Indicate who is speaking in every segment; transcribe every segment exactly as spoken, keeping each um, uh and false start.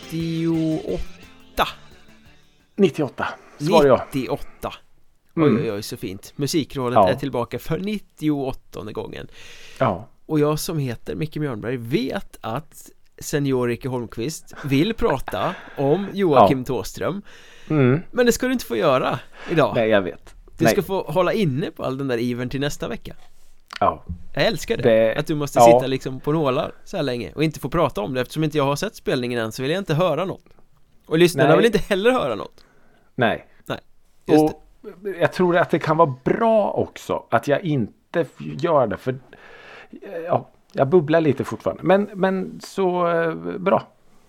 Speaker 1: nittioåtta.
Speaker 2: nittioåtta, svar jag.
Speaker 1: nittioåtta.
Speaker 2: Mm.
Speaker 1: Oj, oj, oj, så fint. Musikrådet
Speaker 2: Ja.
Speaker 1: är tillbaka för nittioåttonde gången.
Speaker 2: Ja.
Speaker 1: Och jag som heter Micke Mjörnberg vet att senior Rikke Holmqvist vill prata om Joakim
Speaker 2: Ja.
Speaker 1: Thåström.
Speaker 2: Mm.
Speaker 1: Men det ska du inte få göra idag.
Speaker 2: Nej, jag vet.
Speaker 1: Du
Speaker 2: Nej.
Speaker 1: ska få hålla inne på all den där ivern till nästa vecka.
Speaker 2: Ja.
Speaker 1: Jag älskar det,
Speaker 2: Det-
Speaker 1: att du måste
Speaker 2: ja.
Speaker 1: sitta liksom på nålar så här länge och inte få prata om det. Eftersom inte jag har sett spelningen än så vill jag inte höra något. Och lyssnarna
Speaker 2: Nej.
Speaker 1: vill inte heller höra något.
Speaker 2: Nej.
Speaker 1: Nej, just det.
Speaker 2: Och jag tror att det kan vara bra också att jag inte gör det, för ja, jag bubblar lite fortfarande. Men, men så eh, bra.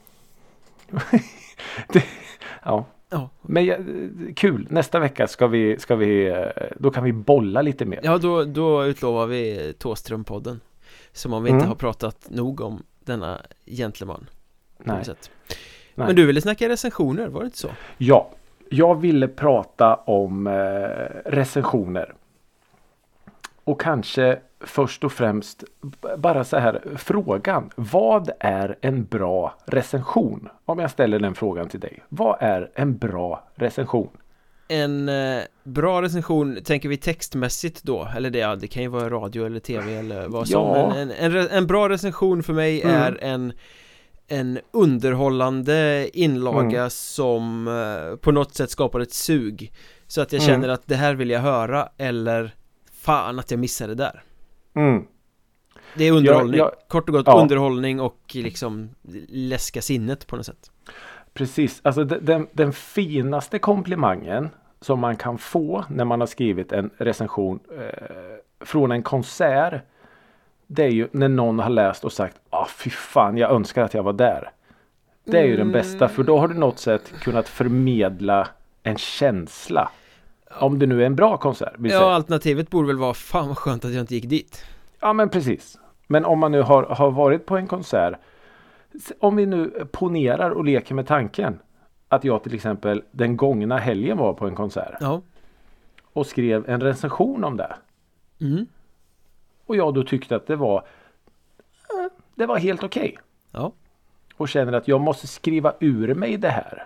Speaker 2: det, ja.
Speaker 1: Ja.
Speaker 2: Men jag, kul. Nästa vecka ska vi, ska vi, eh, då kan vi bolla lite mer.
Speaker 1: Ja, då, då utlovar vi Thåström-podden. Som om vi inte
Speaker 2: Mm.
Speaker 1: har pratat nog om denna gentleman. på
Speaker 2: Nej.
Speaker 1: något sätt.
Speaker 2: Nej.
Speaker 1: Men du ville snacka recensioner, var det inte så?
Speaker 2: Ja, jag ville prata om eh, recensioner. Och kanske först och främst b- bara så här frågan. Vad är en bra recension? Om jag ställer den frågan till dig. Vad är en bra recension?
Speaker 1: En eh, bra recension, tänker vi textmässigt då? Eller det, ja, det kan ju vara radio eller tv eller vad som.
Speaker 2: Ja.
Speaker 1: En, en, en, re- en bra recension för mig
Speaker 2: Mm.
Speaker 1: är en, en underhållande inlaga
Speaker 2: Mm.
Speaker 1: som eh, på något sätt skapar ett sug. Så att jag
Speaker 2: Mm.
Speaker 1: känner att det här vill jag höra, eller fan att jag missade det där.
Speaker 2: Mm.
Speaker 1: Det är underhållning,
Speaker 2: Jag- jag-
Speaker 1: kort och gott
Speaker 2: ja.
Speaker 1: underhållning och liksom läska sinnet på något sätt.
Speaker 2: Precis, alltså de- den, den finaste komplimangen som man kan få när man har skrivit en recension eh, från en konsert, det är ju när någon har läst och sagt ah fy fan, jag önskar att jag var där. Det är ju den bästa, för då har du något sätt kunnat förmedla en känsla. Om det nu är en bra konsert, vill
Speaker 1: Ja,
Speaker 2: säga.
Speaker 1: alternativet borde väl vara fan vad skönt att jag inte gick dit.
Speaker 2: Ja, men precis. Men om man nu har, har varit på en konsert, om vi nu ponerar och leker med tanken att jag till exempel den gångna helgen var på en konsert
Speaker 1: Ja.
Speaker 2: och skrev en recension om det.
Speaker 1: Mm.
Speaker 2: Och jag då tyckte att det var eh, det var helt okej.
Speaker 1: Ja.
Speaker 2: Och känner att jag måste skriva ur mig det här.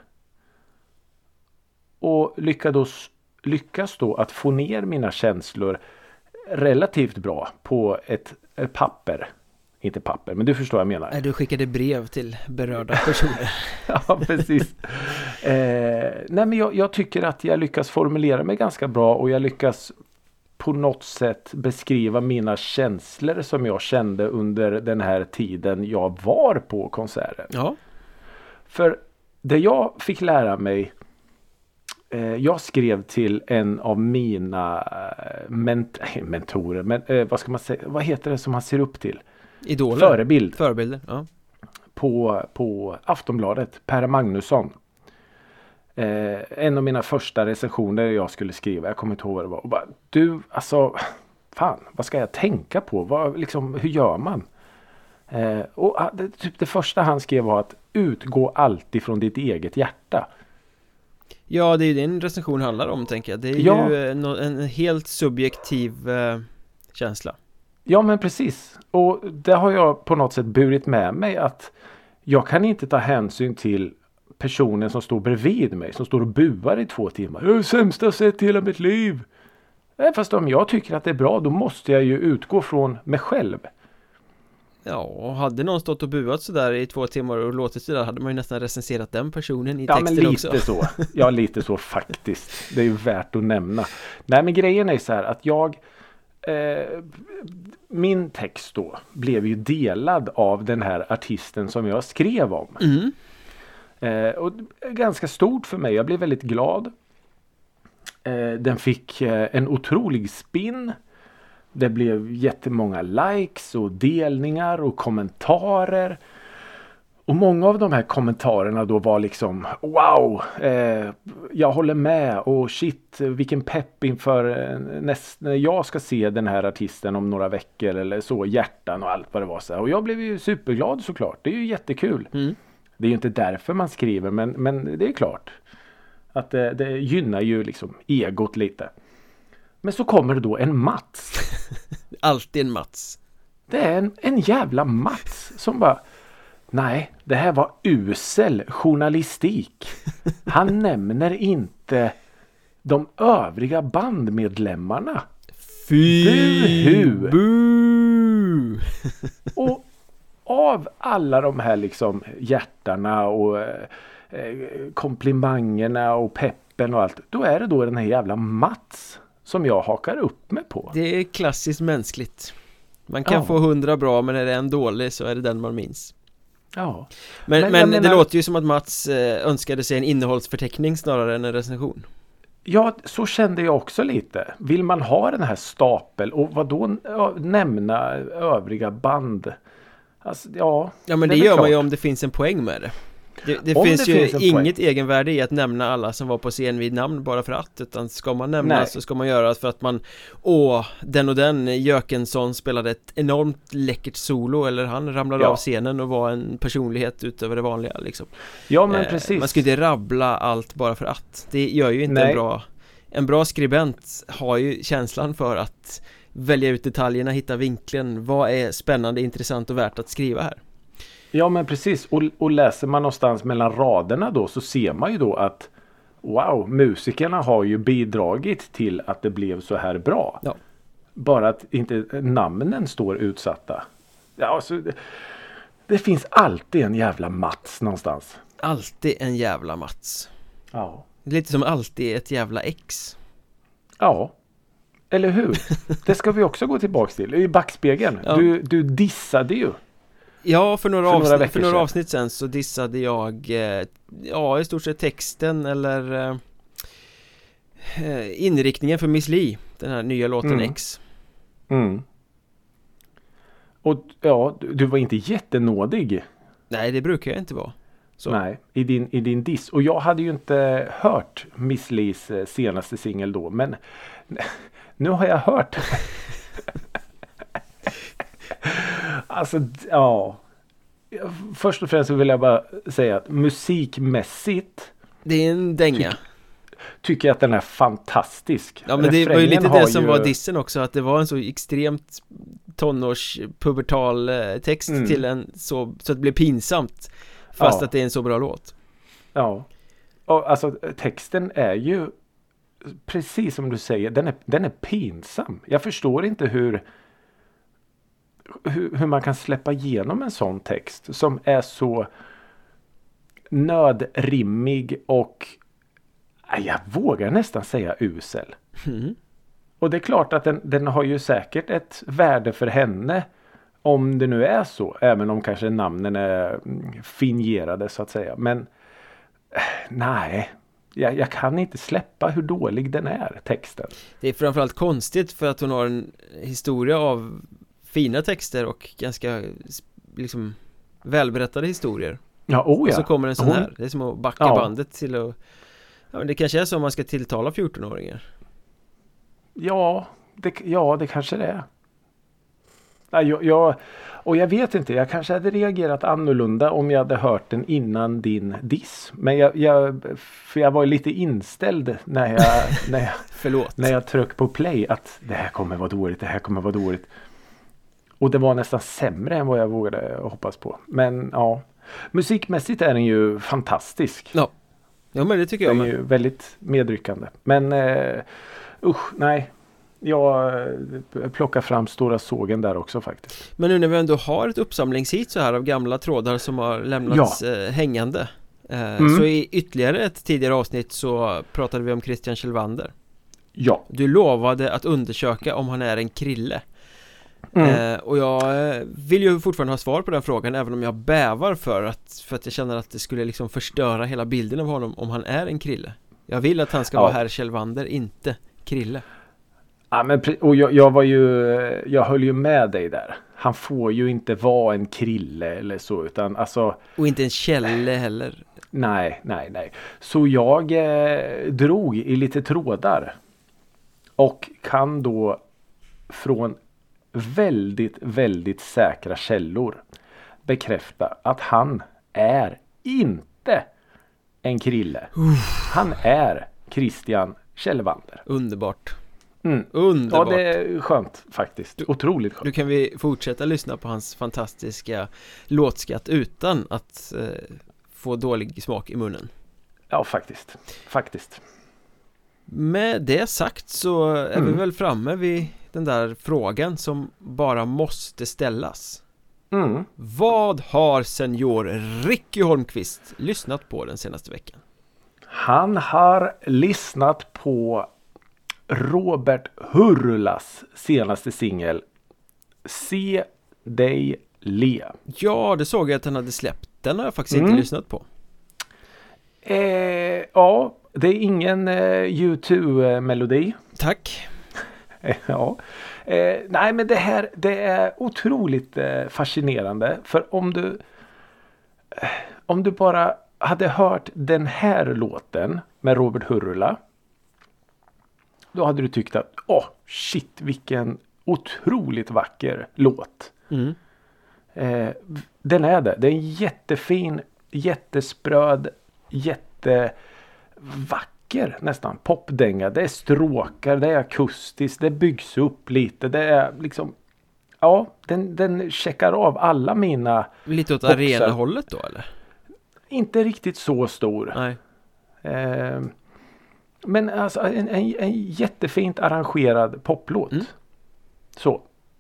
Speaker 2: Och lyckas, lyckas då att få ner mina känslor relativt bra på ett, ett papper. Inte papper, men du förstår vad jag menar.
Speaker 1: Nej, du skickade brev till berörda personer.
Speaker 2: Ja, precis. Eh, nej, men jag, jag tycker att jag lyckas formulera mig ganska bra och jag lyckas på något sätt beskriva mina känslor som jag kände under den här tiden jag var på konserten.
Speaker 1: Ja.
Speaker 2: För det jag fick lära mig, eh, jag skrev till en av mina eh, ment- mentorer, men eh, vad ska man säga, vad heter det som man ser upp till?
Speaker 1: Idoler.
Speaker 2: Förebild.
Speaker 1: Förebilder, ja.
Speaker 2: På, på Aftonbladet, Per Magnusson. Eh, en av mina första recensioner jag skulle skriva, jag kommer inte ihåg vad det var. Och bara, du, alltså, fan, vad ska jag tänka på? Vad, liksom, hur gör man? Eh, och ah, det, typ det första han skrev var att utgå alltid från ditt eget hjärta.
Speaker 1: Ja, det är ju det en recension handlar om, tänker jag. Det är
Speaker 2: Ja.
Speaker 1: ju en, en helt subjektiv eh, känsla.
Speaker 2: Ja, men precis. Och det har jag på något sätt burit med mig, att jag kan inte ta hänsyn till personen som står bredvid mig, som står och buar i två timmar. Jag är det sämsta jag sett i hela mitt liv. Nej, fast om jag tycker att det är bra, då måste jag ju utgå från mig själv.
Speaker 1: Ja, och hade någon stått och buat sådär i två timmar och låtit sådär, hade man ju nästan recenserat den personen i
Speaker 2: Ja, men
Speaker 1: texten
Speaker 2: lite
Speaker 1: också.
Speaker 2: så. Ja, lite så faktiskt. Det är ju värt att nämna. Nej, men grejen är så här att jag eh, min text då blev ju delad av den här artisten som jag skrev om.
Speaker 1: Mm.
Speaker 2: Eh, och ganska stort för mig. Jag blev väldigt glad. Eh, den fick eh, en otrolig spin. Det blev jättemånga likes och delningar och kommentarer. Och många av de här kommentarerna då var liksom wow, eh, jag håller med och shit, vilken pepp inför eh, näst, när jag ska se den här artisten om några veckor eller så, hjärtan och allt vad det var så här. Och jag blev ju superglad såklart, det är ju jättekul.
Speaker 1: Mm.
Speaker 2: Det är ju inte därför man skriver, men, men det är klart att det, det gynnar ju liksom egot lite. Men så kommer det då en Mats.
Speaker 1: Alltid en Mats.
Speaker 2: Det är en, en jävla Mats som bara, nej, det här var usel journalistik. Han nämner inte de övriga bandmedlemmarna.
Speaker 1: Fy!
Speaker 2: Buhu!
Speaker 1: Bu!
Speaker 2: Och av alla de här liksom hjärtarna och eh, komplimangerna och peppen och allt, då är det då den här jävla Mats som jag hakar upp mig på.
Speaker 1: Det är klassiskt mänskligt. Man kan
Speaker 2: Ja.
Speaker 1: få hundra bra, men är det en dålig så är det den man minns.
Speaker 2: Ja.
Speaker 1: Men,
Speaker 2: Men
Speaker 1: men,
Speaker 2: jag
Speaker 1: det
Speaker 2: menar-
Speaker 1: låter ju som att Mats eh, önskade sig en innehållsförteckning snarare än en recension.
Speaker 2: Ja, så kände jag också lite. Vill man ha den här stapel och vad då nämna övriga band? Alltså, ja,
Speaker 1: Ja, men
Speaker 2: det
Speaker 1: det,
Speaker 2: är väl
Speaker 1: gör man ju
Speaker 2: klart.
Speaker 1: om det finns en poäng med det. Det, det
Speaker 2: Om
Speaker 1: finns
Speaker 2: det
Speaker 1: ju
Speaker 2: finns en
Speaker 1: inget
Speaker 2: poäng.
Speaker 1: egenvärde i att nämna alla som var på scen vid namn bara för att, utan ska man nämna
Speaker 2: Nej.
Speaker 1: så ska man göra för att man, åh, den och den Jökensson spelade ett enormt läckert solo, eller han ramlade
Speaker 2: Ja.
Speaker 1: av scenen och var en personlighet utöver det vanliga liksom.
Speaker 2: Ja, men
Speaker 1: Eh,
Speaker 2: precis.
Speaker 1: Man ska inte rabbla allt bara för att. Det gör ju inte
Speaker 2: Nej.
Speaker 1: en bra En bra skribent har ju känslan för att välja ut detaljerna, hitta vinkeln. Vad är spännande, intressant och värt att skriva här?
Speaker 2: Ja, men precis. Och, och läser man någonstans mellan raderna då så ser man ju då att wow, musikerna har ju bidragit till att det blev så här bra.
Speaker 1: Ja.
Speaker 2: Bara att inte namnen står utsatta. Ja, alltså, det, det finns alltid en jävla Mats någonstans.
Speaker 1: Alltid en jävla Mats.
Speaker 2: Ja.
Speaker 1: Lite som alltid ett jävla ex.
Speaker 2: Ja. Eller hur? Det ska vi också gå tillbaka till. I backspegeln.
Speaker 1: Ja.
Speaker 2: Du, du dissade ju.
Speaker 1: Ja, för några,
Speaker 2: För några
Speaker 1: avsnitt,
Speaker 2: veckor
Speaker 1: för några
Speaker 2: sedan.
Speaker 1: avsnitt sen så dissade jag eh, ja, i stort sett texten eller eh, eh, inriktningen för Miss Li, den här nya låten
Speaker 2: Mm.
Speaker 1: X.
Speaker 2: Mm. Och ja, du du var inte jättenådig.
Speaker 1: Nej, det brukar jag inte vara. Så.
Speaker 2: Nej, i din, i din diss. Och jag hade ju inte hört Miss Lis eh, senaste singel då. Men nu har jag hört. Alltså, d- ja. Först och främst så vill jag bara säga att musikmässigt
Speaker 1: Det är en dänga.
Speaker 2: tycker jag att den är fantastisk.
Speaker 1: Ja, men det var ju lite
Speaker 2: Refrängen
Speaker 1: det som
Speaker 2: har
Speaker 1: var
Speaker 2: ju-
Speaker 1: dissen också, att det var en så extremt tonårspubertal eh, text
Speaker 2: Mm.
Speaker 1: till en så, så att det blev pinsamt. Fast
Speaker 2: Ja.
Speaker 1: att det är en så bra låt.
Speaker 2: Ja. Och alltså texten är ju precis som du säger, den är, den är pinsam. Jag förstår inte hur, hur hur man kan släppa igenom en sån text som är så nödrimmig och nej, jag vågar nästan säga usel.
Speaker 1: Mm.
Speaker 2: Och det är klart att den, den har ju säkert ett värde för henne om det nu är så, även om kanske namnen är mm, fingerade så att säga. Men eh, nej, jag, jag kan inte släppa hur dålig den är, texten.
Speaker 1: Det är framförallt konstigt för att hon har en historia av fina texter och ganska liksom välberättade historier.
Speaker 2: Ja, oh
Speaker 1: Och
Speaker 2: ja.
Speaker 1: så kommer en sån
Speaker 2: Hon-
Speaker 1: här. Det är som att backa
Speaker 2: Ja.
Speaker 1: bandet till att ja, men det kanske är så om man ska tilltala fjortonåringar.
Speaker 2: Ja, det, ja, det kanske det är. Nej, jag, jag, och jag vet inte, jag kanske hade reagerat annorlunda om jag hade hört den innan din diss. Men jag, jag, för jag var lite inställd när jag, när jag,
Speaker 1: Förlåt.
Speaker 2: när jag tryckte på play att det här kommer vara dåligt, det här kommer vara dåligt. Och det var nästan sämre än vad jag vågade hoppas på. Men ja, musikmässigt är den ju fantastisk.
Speaker 1: Ja. Ja, men det tycker jag
Speaker 2: Den är
Speaker 1: med.
Speaker 2: ju väldigt medryckande. Men eh, usch, nej. Jag eh, plockar fram stora sågen där också faktiskt.
Speaker 1: Men nu när vi ändå har ett uppsamlingshit så här av gamla trådar som har lämnats eh, hängande eh,
Speaker 2: Mm.
Speaker 1: så i ytterligare ett tidigare avsnitt så pratade vi om Christian Kjellvander.
Speaker 2: Ja.
Speaker 1: Du lovade att undersöka om han är en krille.
Speaker 2: Mm.
Speaker 1: Eh, och jag eh, vill ju fortfarande ha svar på den frågan, även om jag bävar för att, för att jag känner att det skulle liksom förstöra hela bilden av honom om han är en krille. Jag vill att han ska
Speaker 2: Ja.
Speaker 1: vara herr Kjellvander, inte krille.
Speaker 2: Ja, men, pre- och jag, jag var ju, jag höll ju med dig där. Han får ju inte vara en krille eller så, utan alltså,
Speaker 1: Och inte en Kjelle heller.
Speaker 2: nej, nej, nej. Så jag eh, drog i lite trådar. Och kan då från väldigt, väldigt säkra källor bekräfta att han är inte en krille. Han är Christian Kjellvander.
Speaker 1: Underbart.
Speaker 2: Mm.
Speaker 1: Underbart.
Speaker 2: Ja, det är skönt faktiskt. Otroligt skönt.
Speaker 1: Nu kan vi fortsätta lyssna på hans fantastiska låtskatt utan att eh, få dålig smak i munnen.
Speaker 2: Ja, faktiskt. Faktiskt.
Speaker 1: Med det sagt så är
Speaker 2: Mm.
Speaker 1: vi väl framme vid den där frågan som bara måste ställas.
Speaker 2: Mm.
Speaker 1: Vad har senior Ricky Holmqvist lyssnat på den senaste veckan?
Speaker 2: Han har lyssnat på Robert Hurlas senaste singel Se dig le.
Speaker 1: Ja, det såg jag att han hade släppt. Den har jag faktiskt
Speaker 2: Mm.
Speaker 1: inte lyssnat på.
Speaker 2: Eh, ja, det är ingen eh, U två-melodi.
Speaker 1: Tack.
Speaker 2: Ja. Eh, nej, men det här det är otroligt eh, fascinerande. För om du eh, om du bara hade hört den här låten med Robert Hurula, då hade du tyckt att åh, shit, vilken otroligt vacker låt.
Speaker 1: Mm.
Speaker 2: Eh, den är det. Det är en jättefin, jättespröd, jättevacker nästan popdänga. Det är stråkar, det är akustiskt, det byggs upp lite. Det är liksom, ja, den, den checkar av alla mina
Speaker 1: Lite åt
Speaker 2: boxar.
Speaker 1: arena-hållet då, eller?
Speaker 2: Inte riktigt så stor.
Speaker 1: Nej.
Speaker 2: Eh, men alltså en, en, en jättefint arrangerad poplåt.
Speaker 1: Mm.
Speaker 2: Så.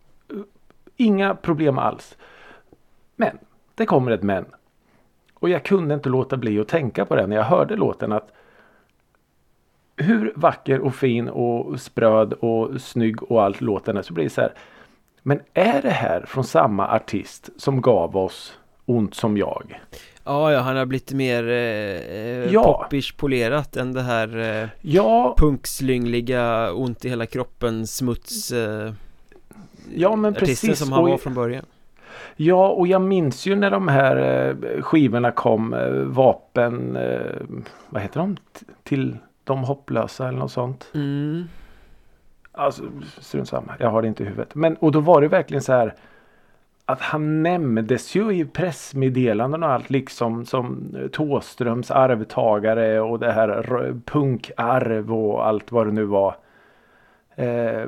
Speaker 2: Inga problem alls. Men det kommer ett men. Och jag kunde inte låta bli att tänka på det när jag hörde låten, att hur vacker och fin och spröd och snygg och allt låten är, så blir det så här. Men är det här från samma artist som gav oss Ont som jag?
Speaker 1: Ja, ja, han har blivit mer eh,
Speaker 2: Ja.
Speaker 1: poppish polerat än det här eh,
Speaker 2: Ja,
Speaker 1: punkslyngliga, ont i hela kroppen, smuts eh,
Speaker 2: ja men
Speaker 1: artisten
Speaker 2: precis.
Speaker 1: som han
Speaker 2: Och-
Speaker 1: var från början.
Speaker 2: Ja, och jag minns ju när de här eh, skivorna kom, eh, vapen, eh, vad heter de? T- till de hopplösa eller något sånt.
Speaker 1: Mm.
Speaker 2: Alltså, strunt samma. Jag har det inte i huvudet. Men, och då var det verkligen så här att han nämndes ju i pressmeddelanden och allt, liksom som Thåströms arvtagare och det här r- punkarv och allt vad det nu var. Eh,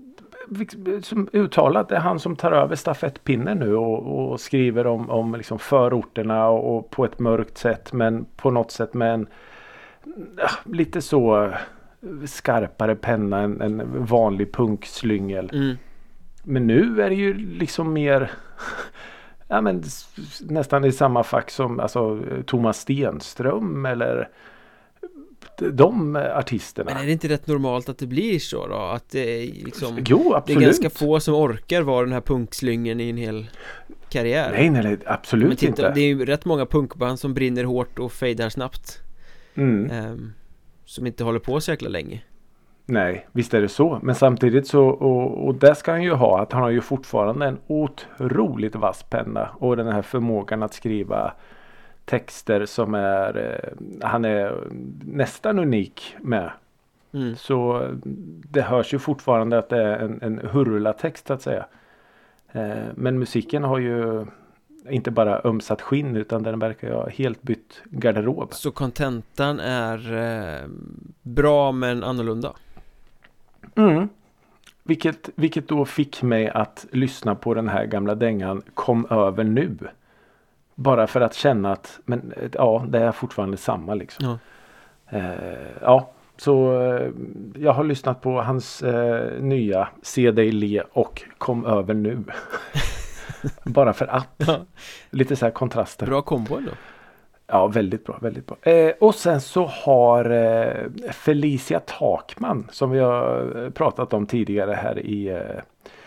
Speaker 2: som uttalat är han som tar över stafettpinnen nu och, och skriver om, om liksom förorterna och, och på ett mörkt sätt, men på något sätt med en ja, lite så skarpare penna än en vanlig punkslyngel.
Speaker 1: Mm.
Speaker 2: Men nu är det ju liksom mer ja, men s- nästan i samma fack som alltså, Thomas Stenström eller de artisterna.
Speaker 1: Men är det inte rätt normalt att det blir så då? Att det är liksom,
Speaker 2: Jo,
Speaker 1: det är
Speaker 2: absolut.
Speaker 1: ganska få som orkar vara den här punkslyngen i en hel karriär.
Speaker 2: Nej, nej, nej, absolut
Speaker 1: Men titta,
Speaker 2: inte.
Speaker 1: det är ju rätt många punkband som brinner hårt och fejdar snabbt.
Speaker 2: Mm.
Speaker 1: ehm, som inte håller på så jäkla länge.
Speaker 2: Nej, visst är det så. Men samtidigt så, och, och det ska han ju ha, att han har ju fortfarande en otroligt vass penna och den här förmågan att skriva texter som är, eh, han är nästan unik med.
Speaker 1: Mm.
Speaker 2: Så eh, det hörs ju fortfarande att det är en, en hurula-text att säga. Eh, men musiken har ju inte bara ömsat skinn, utan den verkar ju ha helt bytt garderob.
Speaker 1: Så kontentan är eh, bra men annorlunda.
Speaker 2: Mm. Vilket, vilket då fick mig att lyssna på den här gamla dängan Kom över nu. Bara för att känna att men, ja, det är fortfarande samma liksom.
Speaker 1: Ja.
Speaker 2: Eh, ja, så eh, jag har lyssnat på hans eh, nya Se dig le och Kom över nu. Bara för att.
Speaker 1: Ja.
Speaker 2: Lite så här kontraster.
Speaker 1: Bra kombo ändå.
Speaker 2: Ja, väldigt bra, väldigt bra. Eh, och sen så har eh, Felicia Takman, som vi har eh, pratat om tidigare här i eh,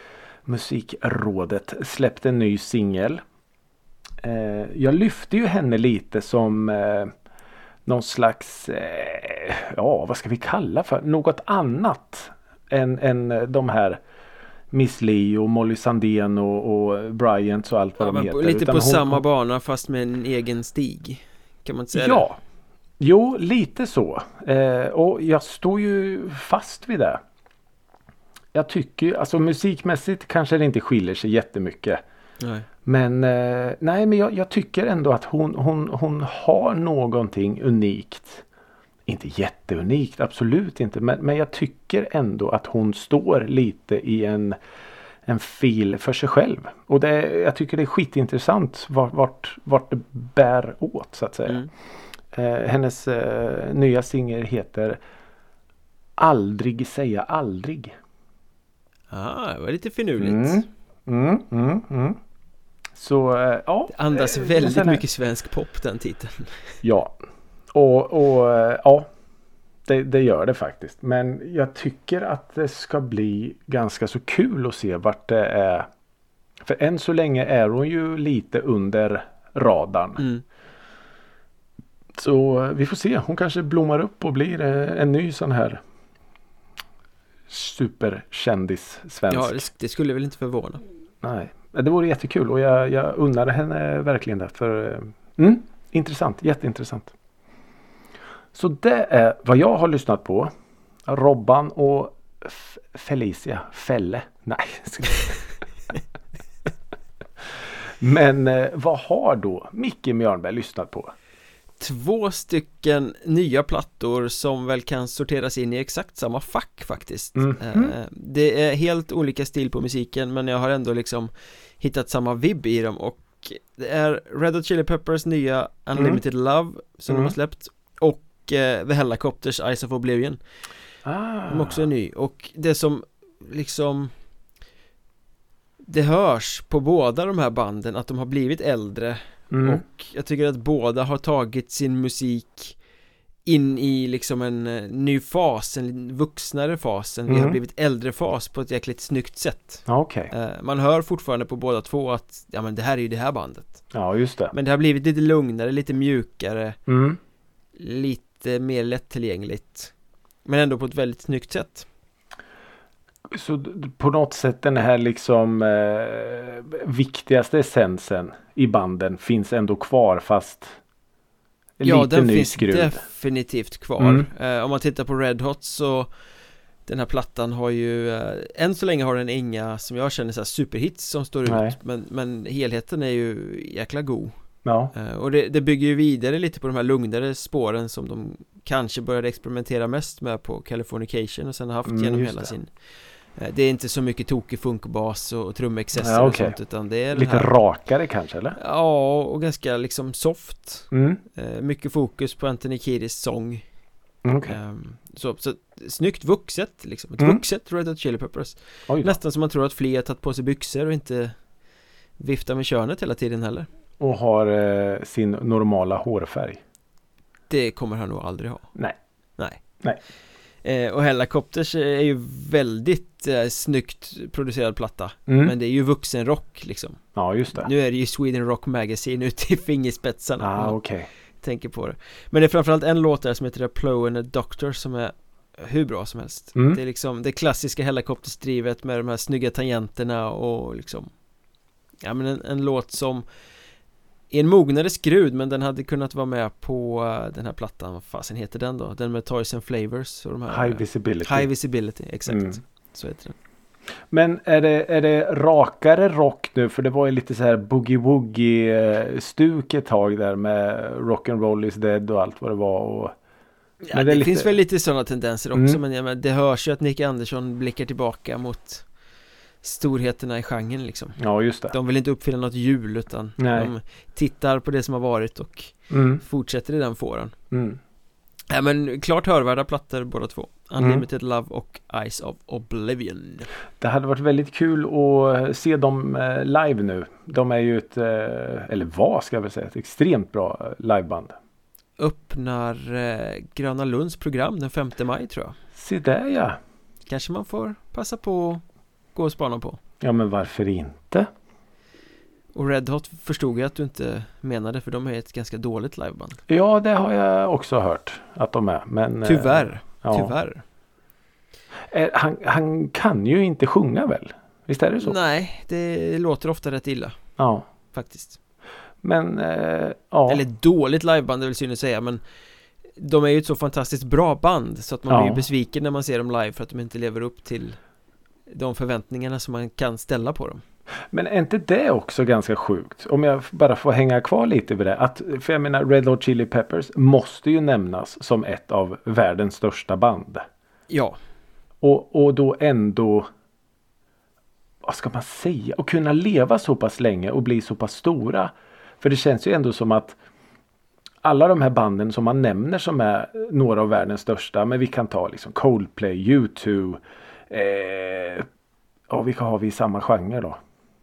Speaker 2: Musikrådet, släppt en ny singel. Eh, jag lyfte ju henne lite som eh, någon slags, eh, ja vad ska vi kalla för, något annat än, än de här Miss Li och Molly Sandén och, och Bryant och allt vad
Speaker 1: Ja,
Speaker 2: de
Speaker 1: men
Speaker 2: heter.
Speaker 1: lite
Speaker 2: Utan
Speaker 1: på
Speaker 2: hon-
Speaker 1: samma bana fast med en egen stig. Kan man inte säga
Speaker 2: Ja, jo lite så. Eh, och jag står ju fast vid det. Jag tycker, alltså musikmässigt kanske det inte skiljer sig jättemycket.
Speaker 1: det? Nej.
Speaker 2: Men eh, nej, men jag, jag tycker ändå att hon, hon, hon har någonting unikt inte jätteunikt, absolut inte. Men, men jag tycker ändå att hon står lite i en, en fil för sig själv. Och det, jag tycker det är skitintressant vart, vart, vart det bär åt så att säga. Mm. Eh, hennes eh, nya singel heter Aldrig säga aldrig.
Speaker 1: Ah, det var lite finurligt.
Speaker 2: Mm, mm, mm, mm. Så äh, ja.
Speaker 1: Det andas väldigt mycket svensk pop, den titeln.
Speaker 2: Ja. Och, och äh, ja. Det, det gör det faktiskt. Men jag tycker att det ska bli ganska så kul att se vart det är. För än så länge är hon ju lite under radarn. Mm. Så vi får se. Hon kanske blommar upp och blir en ny sån här superkändis svensk.
Speaker 1: Ja, det, det skulle väl inte förvåna.
Speaker 2: Nej, det vore jättekul och jag, jag undrar henne verkligen det. För, mm, intressant, jätteintressant. Så det är vad jag har lyssnat på. Robban och F- Felicia. Felle. Nej. Men eh, vad har då Micke Mjörnberg lyssnat på?
Speaker 1: Två stycken nya plattor som väl kan sorteras in i exakt samma fack faktiskt. Mm-hmm. Det är helt olika stil på musiken, men jag har ändå liksom hittat samma vibb i dem. Och det är Red Hot Chili Peppers nya Unlimited mm. Love som mm. de har släppt, och uh, The Helicopters Eyes of Oblivion. Ah. De också är ny. Och det som liksom det hörs på båda de här banden att de har blivit äldre. Mm. Och jag tycker att båda har tagit sin musik in i liksom en uh, ny fas, en vuxnare fas, en mm. vi har blivit äldre fas på ett jäkligt snyggt sätt.
Speaker 2: Okay.
Speaker 1: Uh, man hör fortfarande på båda två att ja, men det här är ju det här bandet.
Speaker 2: Ja, just det.
Speaker 1: Men det har blivit lite lugnare, lite mjukare,
Speaker 2: mm.
Speaker 1: lite mer lättillgängligt, men ändå på ett väldigt snyggt sätt.
Speaker 2: Så på något sätt den här liksom eh, viktigaste essensen i banden finns ändå kvar, fast
Speaker 1: ja,
Speaker 2: lite
Speaker 1: den
Speaker 2: ny
Speaker 1: finns
Speaker 2: skruv.
Speaker 1: definitivt kvar. Mm. Eh, om man tittar på Red Hot, så den här plattan har ju eh, än så länge har den inga som jag känner så här superhits som står
Speaker 2: Nej.
Speaker 1: ut, men, men helheten är ju jäkla god.
Speaker 2: Ja.
Speaker 1: Eh, och det, det bygger ju vidare lite på de här lugnare spåren som de kanske började experimentera mest med på Californication och sen har haft
Speaker 2: mm,
Speaker 1: genom hela det. sin. Det är inte så mycket tokig funkbas och trumexcesser
Speaker 2: ja, okay.
Speaker 1: och sånt, utan det är
Speaker 2: lite
Speaker 1: här,
Speaker 2: rakare kanske, eller?
Speaker 1: Ja, och ganska liksom soft.
Speaker 2: Mm.
Speaker 1: Eh, mycket fokus på Anthony Kiedis sång.
Speaker 2: Okay.
Speaker 1: Eh, så, så snyggt vuxet liksom. Ett
Speaker 2: mm.
Speaker 1: vuxet Red Hot Chili Peppers. Nästan som man tror att fler har tagit på sig byxor och inte viftar med könet hela tiden heller.
Speaker 2: Och har eh, sin normala hårfärg.
Speaker 1: Det kommer han nog aldrig ha.
Speaker 2: Nej.
Speaker 1: Nej.
Speaker 2: Nej.
Speaker 1: Eh, och Helicopters är ju väldigt eh, snyggt producerad platta,
Speaker 2: mm.
Speaker 1: men det är ju vuxenrock liksom.
Speaker 2: Ja, just det.
Speaker 1: Nu är det ju Sweden Rock Magazine ute i fingerspetsarna.
Speaker 2: Ah, okej. Okay.
Speaker 1: Tänker på det. Men det är framförallt en låt där som heter A Plow and a Doctor som är hur bra som helst. Mm. Det är liksom det klassiska Helicopters-drivet med de här snygga tangenterna och liksom ja, men en, en låt som är en mognare skrud, men den hade kunnat vara med på uh, den här plattan. Vad fasen heter den då? Den med Toys and Flavors och de här,
Speaker 2: High Visibility.
Speaker 1: High Visibility, exakt. Mm. Så heter den.
Speaker 2: Men är det, är det rakare rock nu? För det var ju lite så här boogie-woogie stuk ett tag där med Rock'n'Roll is Dead och allt vad det var. Och...
Speaker 1: Ja, det, det lite... finns väl lite sådana tendenser också, mm. men, ja, men det hörs ju att Nick Andersson blickar tillbaka mot storheterna i genren liksom.
Speaker 2: Ja, just det.
Speaker 1: De vill inte uppfinna något hjul, utan
Speaker 2: Nej.
Speaker 1: de tittar på det som har varit och mm. fortsätter i den fåran.
Speaker 2: Mm.
Speaker 1: Ja, men klart hörvärda plattor båda två. Unlimited mm. Love och Eyes of Oblivion.
Speaker 2: Det hade varit väldigt kul att se dem live nu. De är ju ett, eller vad ska jag väl säga, ett extremt bra liveband.
Speaker 1: Öppnar eh, Gröna Lunds program den femte maj tror jag.
Speaker 2: Se där, ja.
Speaker 1: Kanske man får passa på att gå och spana på.
Speaker 2: Ja, men varför inte?
Speaker 1: Och Red Hot förstod jag att du inte menade, för de är ett ganska dåligt liveband.
Speaker 2: Ja, det har jag också hört att de är. Men,
Speaker 1: tyvärr,
Speaker 2: ja.
Speaker 1: tyvärr.
Speaker 2: Han, han kan ju inte sjunga väl? Visst är det så?
Speaker 1: Nej, det låter ofta rätt illa.
Speaker 2: Ja.
Speaker 1: Faktiskt.
Speaker 2: Men, eh, ja.
Speaker 1: Eller dåligt liveband, det vill synd att säga, men de är ju ett så fantastiskt bra band så att man
Speaker 2: ja.
Speaker 1: blir ju besviken när man ser dem live för att de inte lever upp till de förväntningarna som man kan ställa på dem.
Speaker 2: Men är inte det också ganska sjukt? Om jag bara får hänga kvar lite vid det. Att, för jag menar, Red Hot Chili Peppers måste ju nämnas som ett av världens största band.
Speaker 1: Ja.
Speaker 2: Och, och då ändå, vad ska man säga? Och kunna leva så pass länge och bli så pass stora. För det känns ju ändå som att alla de här banden som man nämner som är några av världens största. Men vi kan ta liksom Coldplay, U två. Eh, och vilka har vi i samma genre då?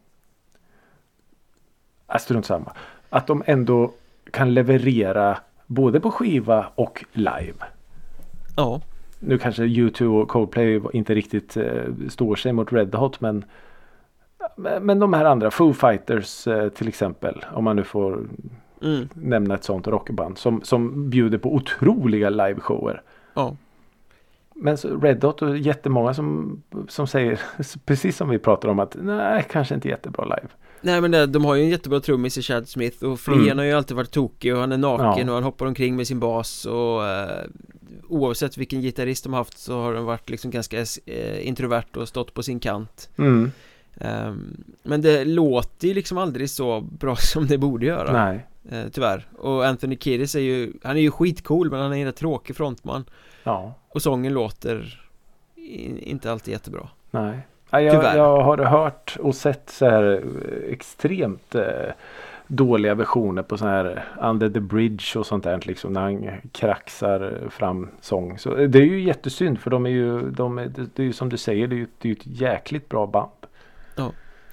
Speaker 2: Strunt samma. Att de ändå kan leverera både på skiva och live.
Speaker 1: Ja.
Speaker 2: Nu kanske U två och Coldplay inte riktigt eh, står sig mot Red Hot, men men de här andra, Foo Fighters eh, till exempel, om man nu får mm. nämna ett sånt rockband som, som bjuder på otroliga liveshower.
Speaker 1: Ja.
Speaker 2: Men så Red Hot och jättemånga som, som säger, precis som vi pratar om, att nej, kanske inte jättebra live.
Speaker 1: Nej, men det, de har ju en jättebra trummis i Chad Smith, och Flea mm. har ju alltid varit tokig och han är naken, ja. Och han hoppar omkring med sin bas, och eh, oavsett vilken gitarrist de har haft så har de varit liksom ganska eh, introvert och stått på sin kant.
Speaker 2: Mm.
Speaker 1: Um, men det låter ju liksom aldrig så bra som det borde göra.
Speaker 2: Nej.
Speaker 1: Eh, tyvärr. Och Anthony Kiedis är ju, han är ju skitcool, men han är en tråkig frontman.
Speaker 2: Ja.
Speaker 1: Och sången låter in, inte alltid jättebra.
Speaker 2: Nej. Ja, jag, jag har hört och sett så här extremt eh, dåliga versioner på så här Under the Bridge och sånt där, liksom, när han kraxar fram sång. Så det är ju jättesynd, för de är ju, de är, det är ju som du säger, det är ju, det är ju ett jäkligt bra band.
Speaker 1: Ja.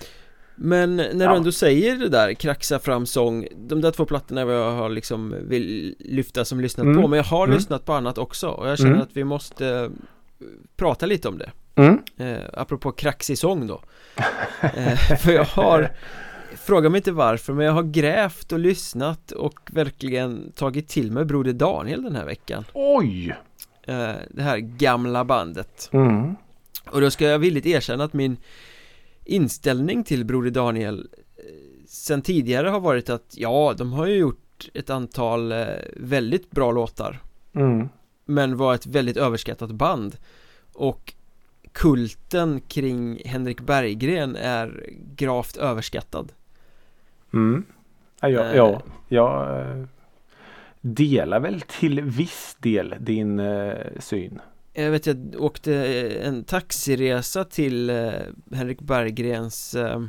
Speaker 1: Men när
Speaker 2: ja.
Speaker 1: du ändå säger det där, kraxa fram sång, de där två plattorna jag har liksom vill lyfta som lyssnat mm. på, men jag har mm. lyssnat på annat också, och jag känner mm. att vi måste prata lite om det.
Speaker 2: Mm.
Speaker 1: Eh, apropå kraxig sång då. eh, för jag har, fråga mig inte varför, men jag har grävt och lyssnat och verkligen tagit till mig Broder Daniel den här veckan.
Speaker 2: Oj!
Speaker 1: Eh, det här gamla bandet.
Speaker 2: Mm.
Speaker 1: Och då ska jag villigt erkänna att min inställning till Broder Daniel eh, sen tidigare har varit att ja, de har ju gjort ett antal eh, väldigt bra låtar.
Speaker 2: Mm.
Speaker 1: Men var ett väldigt överskattat band. Och kulten kring Henrik Berggren är gravt överskattad.
Speaker 2: Mm. Ja, ja,
Speaker 1: äh,
Speaker 2: ja, jag äh, delar väl till viss del din äh, syn.
Speaker 1: Jag vet, jag åkte en taxiresa till äh, Henrik Berggrens äh,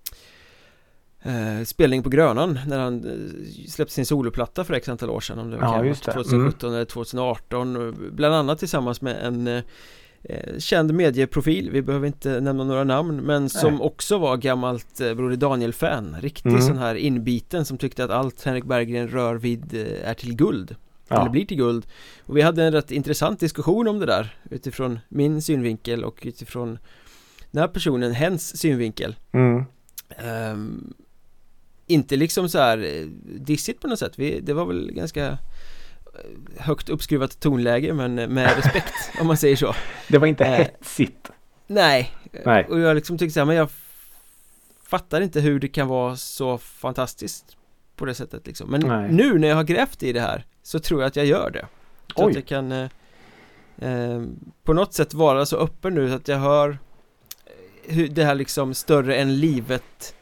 Speaker 1: äh, spelning på Grönan när han äh, släppte sin soloplatta för x antal år sedan, om det var
Speaker 2: ja,
Speaker 1: tjugohundrasjutton
Speaker 2: mm.
Speaker 1: eller tjugoarton, bland annat tillsammans med en äh, känd medieprofil, vi behöver inte nämna några namn, men som Nej. också var gammalt eh, Broder Daniel-fan, riktigt mm. sån här inbiten som tyckte att allt Henrik Berggren rör vid eh, är till guld, ja. eller blir till guld. Och vi hade en rätt intressant diskussion om det där utifrån min synvinkel och utifrån den här personen, hens synvinkel.
Speaker 2: Mm.
Speaker 1: Um, inte liksom så här dissigt på något sätt, vi, det var väl ganska högt uppskruvat tonläge, men med respekt om man säger så.
Speaker 2: Det var inte hetsigt.
Speaker 1: Eh, nej.
Speaker 2: nej.
Speaker 1: Och jag liksom tyckte så här, men jag fattar inte hur det kan vara så fantastiskt på det sättet liksom. Men nej. nu när jag har grävt i det här så tror jag att jag gör det. Så
Speaker 2: Oj.
Speaker 1: att jag kan eh, eh, på något sätt vara så öppen nu så att jag hör hur det här liksom större än livet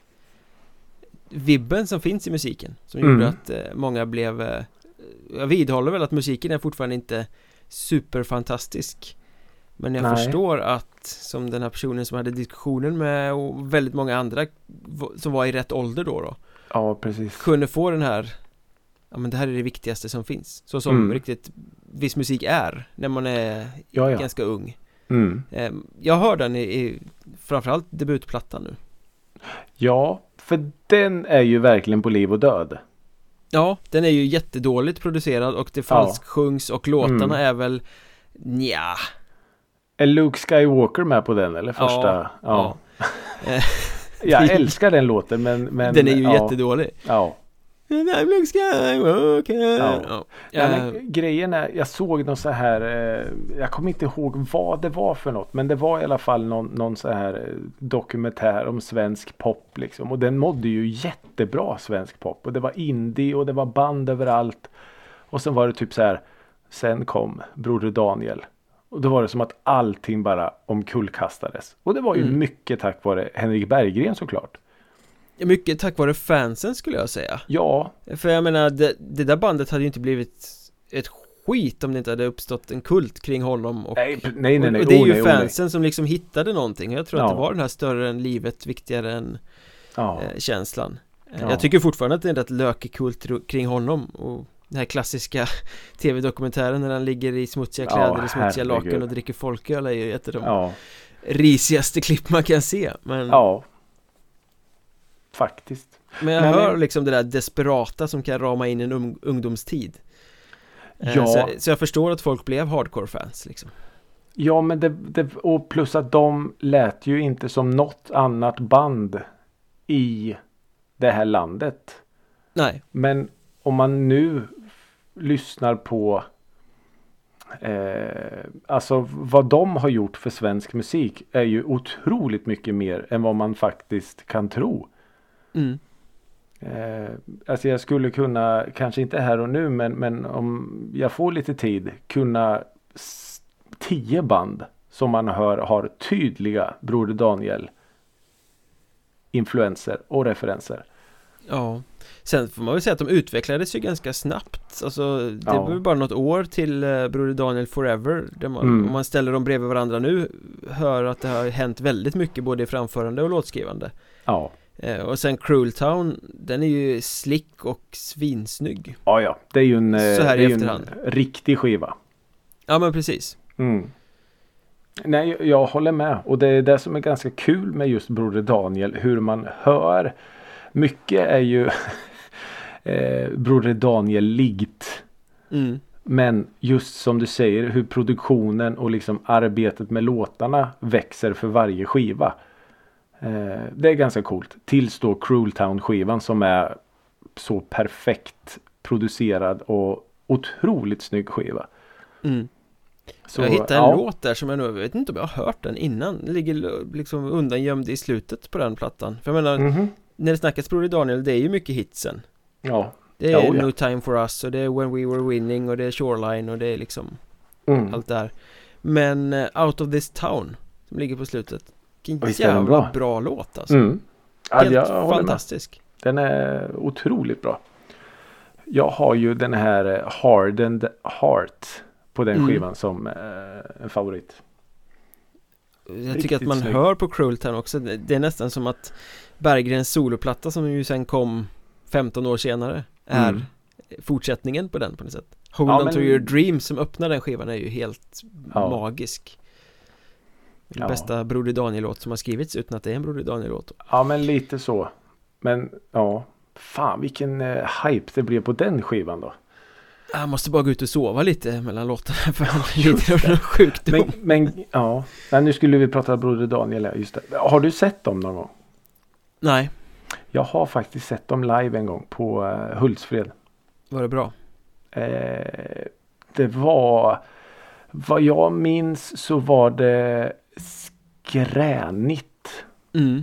Speaker 1: vibben som finns i musiken, som
Speaker 2: mm.
Speaker 1: gjorde att eh, många blev eh, jag vidhåller väl att musiken är fortfarande inte superfantastisk, men jag Nej. förstår att, som den här personen som hade diskussionen med och väldigt många andra som var i rätt ålder då då
Speaker 2: ja, precis.
Speaker 1: kunde få den här, ja men det här är det viktigaste som finns, så som mm. riktigt viss musik är när man är
Speaker 2: ja, ja.
Speaker 1: ganska ung.
Speaker 2: mm.
Speaker 1: Jag hör den i, i framförallt debutplattan nu.
Speaker 2: Ja, för den är ju verkligen på liv och död.
Speaker 1: Ja, den är ju jättedåligt producerad och det falskt ja. sjungs och låtarna mm. är väl nja.
Speaker 2: Är Luke Skywalker med på den eller första?
Speaker 1: Ja.
Speaker 2: ja. Jag älskar den låten, men, men
Speaker 1: den är ju
Speaker 2: ja.
Speaker 1: jättedålig.
Speaker 2: Ja.
Speaker 1: Luke Skywalker.
Speaker 2: Ja.
Speaker 1: Ja.
Speaker 2: Ja, men grejen är, jag såg någon så här, eh, jag kommer inte ihåg vad det var för något, men det var i alla fall någon, någon så här dokumentär om svensk pop liksom, och den mådde ju jättebra, svensk pop, och det var indie och det var band överallt, och sen var det typ så här, sen kom Broder Daniel Och då var det som att allting bara omkullkastades. Och det var ju mm. mycket tack vare Henrik Berggren såklart.
Speaker 1: Mycket tack vare fansen skulle jag säga.
Speaker 2: Ja.
Speaker 1: För jag menar, det, det där bandet hade ju inte blivit ett skit om det inte hade uppstått en kult kring honom. Och,
Speaker 2: nej, nej, nej, nej.
Speaker 1: och det är ju
Speaker 2: oh, nej,
Speaker 1: fansen
Speaker 2: oh, nej.
Speaker 1: som liksom hittade någonting. Jag tror
Speaker 2: ja.
Speaker 1: att det var den här större än livet, viktigare än
Speaker 2: ja.
Speaker 1: eh, känslan.
Speaker 2: Ja.
Speaker 1: Jag tycker fortfarande att det är en rätt lökig kult kring honom. Och den här klassiska tv-dokumentären när han ligger i smutsiga kläder ja, och smutsiga laken och dricker folköl är ju ett av de
Speaker 2: ja.
Speaker 1: risigaste klipp man kan se. Men...
Speaker 2: Ja. Faktiskt.
Speaker 1: Men jag men, hör liksom det där desperata som kan rama in en um, ungdomstid.
Speaker 2: Ja.
Speaker 1: Så, så jag förstår att folk blev hardcore-fans liksom.
Speaker 2: Ja, men det, det, och plus att de lät ju inte som något annat band i det här landet.
Speaker 1: Nej.
Speaker 2: Men om man nu lyssnar på eh, alltså vad de har gjort för svensk musik är ju otroligt mycket mer än vad man faktiskt kan tro.
Speaker 1: Mm.
Speaker 2: Eh, alltså jag skulle kunna, kanske inte här och nu, men, men om jag får lite tid, kunna s- tio band som man hör har tydliga Broder Daniel influenser och referenser.
Speaker 1: Ja, sen får man väl säga att de utvecklades ju ganska snabbt. Alltså det
Speaker 2: ja.
Speaker 1: var bara något år till eh, Broder Daniel Forever där man, mm. om man ställer dem bredvid varandra nu hör att det har hänt väldigt mycket både i framförande och låtskrivande.
Speaker 2: Ja.
Speaker 1: Eh, och sen Cruel Town, den är ju slick och svinsnygg.
Speaker 2: Ja, ja. Det är ju en,
Speaker 1: så här
Speaker 2: det
Speaker 1: i
Speaker 2: är
Speaker 1: efterhand.
Speaker 2: En riktig skiva.
Speaker 1: Ja, men precis.
Speaker 2: Mm. Nej, jag håller med. Och det är det som är ganska kul med just Broder Daniel. Hur man hör. Mycket är ju eh, Broder Daniel likt.
Speaker 1: Mm.
Speaker 2: Men just som du säger, hur produktionen och liksom arbetet med låtarna växer för varje skiva. Eh, det är ganska coolt. Tills då Cruel Town-skivan som är så perfekt producerad och otroligt snygg skiva.
Speaker 1: Mm. Så, jag hittade en ja. låt där som jag nu jag vet inte om jag har hört den innan. Den ligger liksom undangömd i slutet på den plattan. För jag menar, mm-hmm. när det snackas Broder Daniel, det är ju mycket hitsen.
Speaker 2: Ja.
Speaker 1: Det är
Speaker 2: ja,
Speaker 1: No
Speaker 2: ja.
Speaker 1: Time For Us och det är When We Were Winning och det är Shoreline och det är liksom
Speaker 2: mm.
Speaker 1: allt där. Men uh, Out of This Town som ligger på slutet. Vilken
Speaker 2: Visst
Speaker 1: jävla
Speaker 2: bra.
Speaker 1: bra låt alltså.
Speaker 2: Mm.
Speaker 1: Helt
Speaker 2: ja,
Speaker 1: fantastisk.
Speaker 2: Den är otroligt bra. Jag har ju den här Hardened Heart på den skivan mm. som eh, en favorit.
Speaker 1: Jag Riktigt tycker att man snygg. Hör på Cruel Town också. Det är nästan som att Berggrens soloplatta som ju sen kom femton år senare är mm. fortsättningen på den på något sätt. Hold ja, on men... to your dreams som öppnar den skivan är ju helt ja. magisk. Den ja. bästa Broder Daniel-låt som har skrivits utan att det är en Broder Daniel-låt.
Speaker 2: Ja, men lite så. Men ja, fan vilken eh, hype det blev på den skivan då.
Speaker 1: Jag måste bara gå ut och sova lite mellan låtarna för han lider av någon sjukdom.
Speaker 2: Men, men ja, Nej, nu skulle vi prata Broder Daniel. Just det. Har du sett dem någon gång?
Speaker 1: Nej.
Speaker 2: Jag har faktiskt sett dem live en gång på uh, Hultsfred.
Speaker 1: Var det bra?
Speaker 2: Eh, det var, vad jag minns så var det skränigt.
Speaker 1: Mm.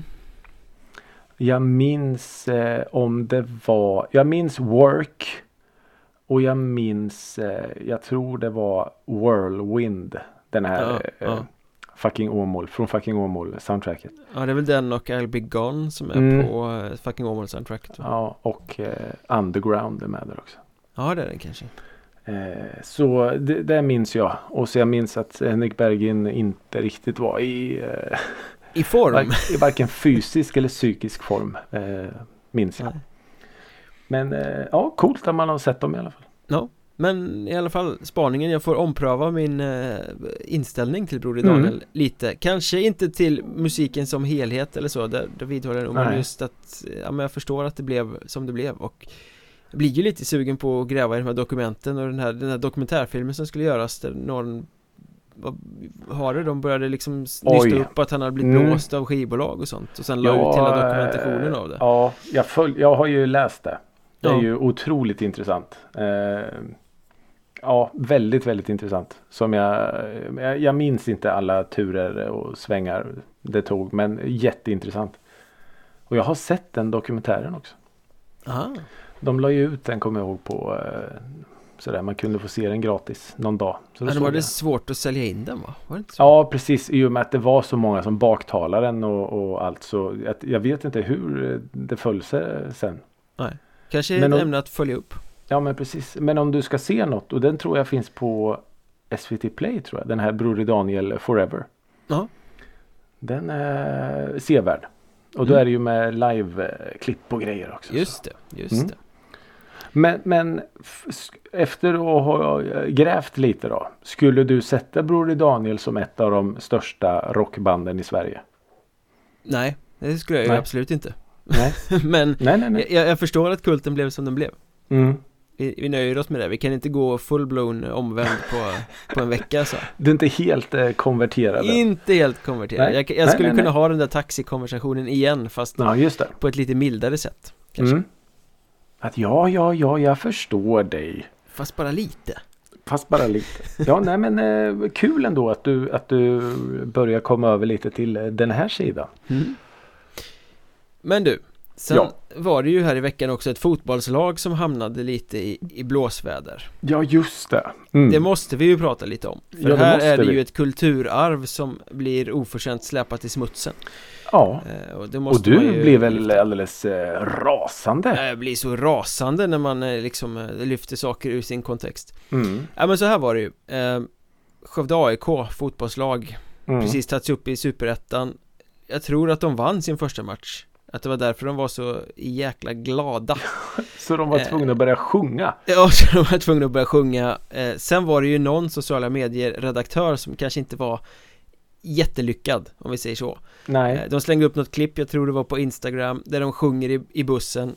Speaker 2: Jag minns eh, om det var, jag minns Work. Och jag minns, eh, jag tror det var Whirlwind. Den här
Speaker 1: ja,
Speaker 2: eh,
Speaker 1: ja.
Speaker 2: Fucking Åmål, från Fucking Åmål soundtracket.
Speaker 1: Ja, det är väl den och I'll Be Gone som är mm. på uh, Fucking Åmål soundtracket. Va?
Speaker 2: Ja, och eh, Underground är med där också.
Speaker 1: Ja, det är den kanske.
Speaker 2: Eh, så det, det minns jag. Och så jag minns att Henrik Berggren inte riktigt var i... Eh,
Speaker 1: I form?
Speaker 2: var, I varken fysisk eller psykisk form, eh, minns jag. Nej. Men eh, ja, coolt att man har sett dem i alla fall.
Speaker 1: Ja, men i alla fall spaningen, jag får ompröva min eh, inställning till Broder Daniel mm. lite. Kanske inte till musiken som helhet eller så, där, där vidhåller jag, men just att ja, men jag förstår att det blev som det blev och jag blir ju lite sugen på att gräva i de här dokumenten och den här, den här dokumentärfilmen som skulle göras där någon vad har det? De började liksom nysta upp att han hade blivit mm. blåst av skivbolag och sånt och sen la ja, ut hela dokumentationen av det.
Speaker 2: Ja, jag, följ, jag har ju läst det. Det är ja. ju otroligt intressant. Eh, ja, väldigt, väldigt intressant. Som jag, jag, jag minns inte alla turer och svängar det tog, men jätteintressant. Och jag har sett den dokumentären också.
Speaker 1: Aha.
Speaker 2: De la ju ut den, kommer jag ihåg, på eh, sådär. Man kunde få se den gratis någon dag. Så
Speaker 1: ja, de hade svårt att sälja in den, va? Var det inte så?
Speaker 2: Ja, precis. I och med att det var så många som baktalade den och, och allt. Så att, jag vet inte hur det föll sig sen.
Speaker 1: Nej. Kanske är
Speaker 2: men
Speaker 1: ett
Speaker 2: om,
Speaker 1: ämne att följa upp.
Speaker 2: Ja, men precis. Men om du ska se något, och den tror jag finns på S V T Play, tror jag. Den här Broder Daniel Forever.
Speaker 1: Ja.
Speaker 2: Den är sevärd. Och då
Speaker 1: mm.
Speaker 2: är det ju med live-klipp och grejer också.
Speaker 1: Just
Speaker 2: så.
Speaker 1: det, just
Speaker 2: mm.
Speaker 1: det.
Speaker 2: Men, men f- efter att ha grävt lite då. Skulle du sätta Broder Daniel som ett av de största rockbanden i Sverige?
Speaker 1: Nej, det skulle jag ju
Speaker 2: nej.
Speaker 1: absolut inte.
Speaker 2: Nej.
Speaker 1: Men
Speaker 2: nej, nej, nej.
Speaker 1: Jag, jag förstår att kulten blev som den blev.
Speaker 2: Mm.
Speaker 1: Vi, vi nöjer oss med det. Vi kan inte gå full-blown omvänd på, på en vecka. Så.
Speaker 2: Du är inte helt eh, konverterad?
Speaker 1: Inte helt konverterad. Jag, jag skulle
Speaker 2: nej, nej,
Speaker 1: kunna
Speaker 2: nej.
Speaker 1: ha den där taxikonversationen igen, fast
Speaker 2: ja, just det.
Speaker 1: på ett lite mildare sätt. Kanske.
Speaker 2: Mm. Att ja, ja, ja, jag förstår dig.
Speaker 1: Fast bara lite.
Speaker 2: Fast bara lite. Ja, nej men eh, kul ändå att du, att du börjar komma över lite till den här sidan.
Speaker 1: Mm. Men du, sen ja. var det ju här i veckan också ett fotbollslag som hamnade lite i, i blåsväder.
Speaker 2: Ja, just det. Mm.
Speaker 1: Det måste vi ju prata lite om. För
Speaker 2: ja,
Speaker 1: här är det
Speaker 2: vi.
Speaker 1: ju ett kulturarv som blir oförtjänt släpat i smutsen.
Speaker 2: Ja,
Speaker 1: eh, och, det måste
Speaker 2: och du
Speaker 1: ju
Speaker 2: blir väl alldeles eh, rasande?
Speaker 1: Jag blir så rasande när man eh, liksom eh, lyfter saker ur sin kontext.
Speaker 2: Mm.
Speaker 1: Ja, men så här var det ju. Eh, Skövde A I K, fotbollslag, mm. precis tagits upp i Superettan. Jag tror att de vann sin första match. Att det var därför de var så jäkla glada.
Speaker 2: Så de var tvungna att börja sjunga?
Speaker 1: Ja, så de var tvungna att börja sjunga. Eh, sen var det ju någon sociala medier-redaktör som kanske inte var jättelyckad, om vi säger så.
Speaker 2: Nej.
Speaker 1: Eh, de slängde upp något klipp, jag tror det var på Instagram, där de sjunger i, i bussen.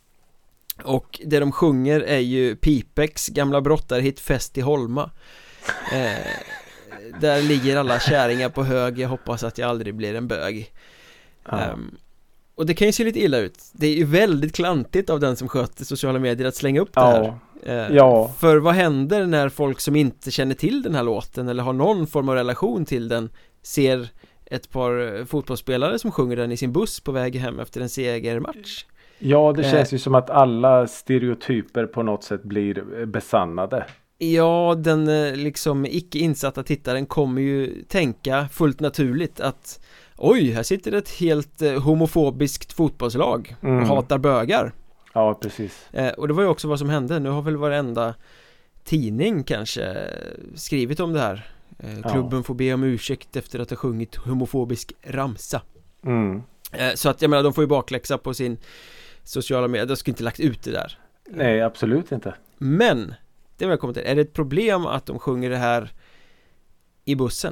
Speaker 1: Och det de sjunger är ju Pipex gamla brottarhit Fest i Holma. Eh, där ligger alla käringar på hög, jag hoppas att jag aldrig blir en bög. Ja. Um, Och det kan ju se lite illa ut. Det är ju väldigt klantigt av den som sköter sociala medier att slänga upp det här.
Speaker 2: Ja.
Speaker 1: Eh,
Speaker 2: ja.
Speaker 1: För vad händer när folk som inte känner till den här låten eller har någon form av relation till den ser ett par fotbollsspelare som sjunger den i sin buss på väg hem efter en segermatch?
Speaker 2: Ja, det känns eh, ju som att alla stereotyper på något sätt blir besannade.
Speaker 1: Ja, den liksom icke insatta tittaren kommer ju tänka fullt naturligt att oj, här sitter ett helt eh, homofobiskt fotbollslag och
Speaker 2: mm.
Speaker 1: hatar bögar.
Speaker 2: Ja, precis.
Speaker 1: Eh, och det var ju också vad som hände. Nu har väl varenda tidning kanske skrivit om det här. Eh, ja. Klubben får be om ursäkt efter att ha sjungit homofobisk ramsa.
Speaker 2: Mm.
Speaker 1: Eh, så att jag menar, de får ju bakläxa på sin sociala medier. De skulle inte lagt ut det där.
Speaker 2: Nej, absolut inte.
Speaker 1: Men, det vill jag komma till. Är det ett problem att de sjunger det här i bussen?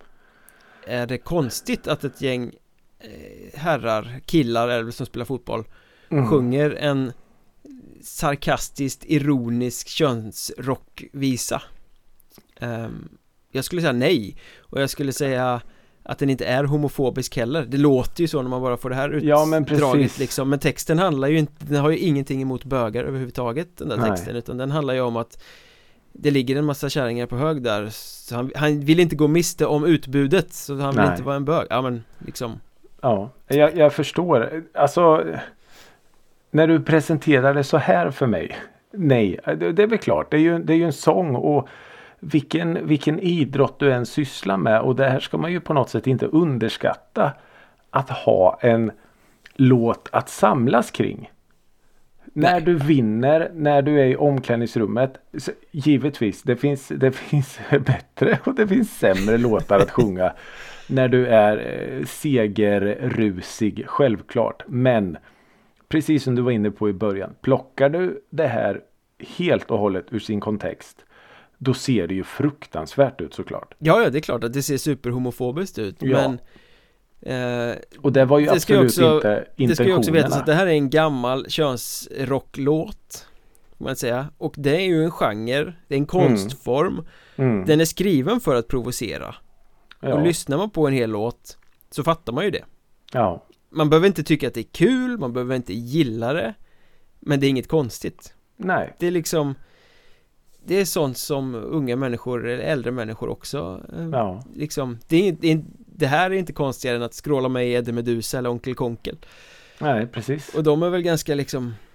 Speaker 1: Är det konstigt att ett gäng eh, herrar, killar eller som spelar fotboll mm. sjunger en sarkastiskt ironisk könsrockvisa? Um, jag skulle säga nej. Och jag skulle säga att den inte är homofobisk heller. Det låter ju så när man bara får det här utdraget, ja, men, liksom. Men texten handlar ju inte, den har ju ingenting emot bögar överhuvudtaget, den där nej. texten, utan den handlar ju om att det ligger en massa kärringar på hög där, så han, han vill inte gå miste om utbudet, så han vill nej. inte vara en bög. Ja, men liksom.
Speaker 2: Ja, jag, jag förstår. Alltså, när du presenterar det så här för mig, nej, det, det är väl klart. Det är ju, det är ju en sång, och vilken, vilken idrott du än sysslar med, och det här ska man ju på något sätt inte underskatta, att ha en låt att samlas kring. Nej. När du vinner, när du är i omklädningsrummet, så, givetvis, det finns, det finns bättre och det finns sämre låtar att sjunga när du är eh, segerrusig, självklart. Men precis som du var inne på i början, plockar du det här helt och hållet ur sin kontext, då ser det ju fruktansvärt ut, såklart.
Speaker 1: Ja, ja, det är klart att det ser superhomofobiskt ut, ja. Men
Speaker 2: Eh, och det var ju absolut
Speaker 1: också,
Speaker 2: inte intentionerna.
Speaker 1: Det ska ju också veta att det här är en gammal könsrocklåt, kan man säga. Och det är ju en genre, det är en konstform. Mm. Mm. Den är skriven för att provocera. Ja. Och lyssnar man på en hel låt så fattar man ju det.
Speaker 2: Ja.
Speaker 1: Man behöver inte tycka att det är kul, man behöver inte gilla det, men det är inget konstigt.
Speaker 2: Nej.
Speaker 1: Det är liksom, det är sånt som unga människor eller äldre människor också
Speaker 2: ja.
Speaker 1: liksom, det, är, det, är, det här är inte konstigare än att scrolla med Eddie Medusa eller Onkel Konkel.
Speaker 2: Nej, precis.
Speaker 1: Och de är väl ganska liksom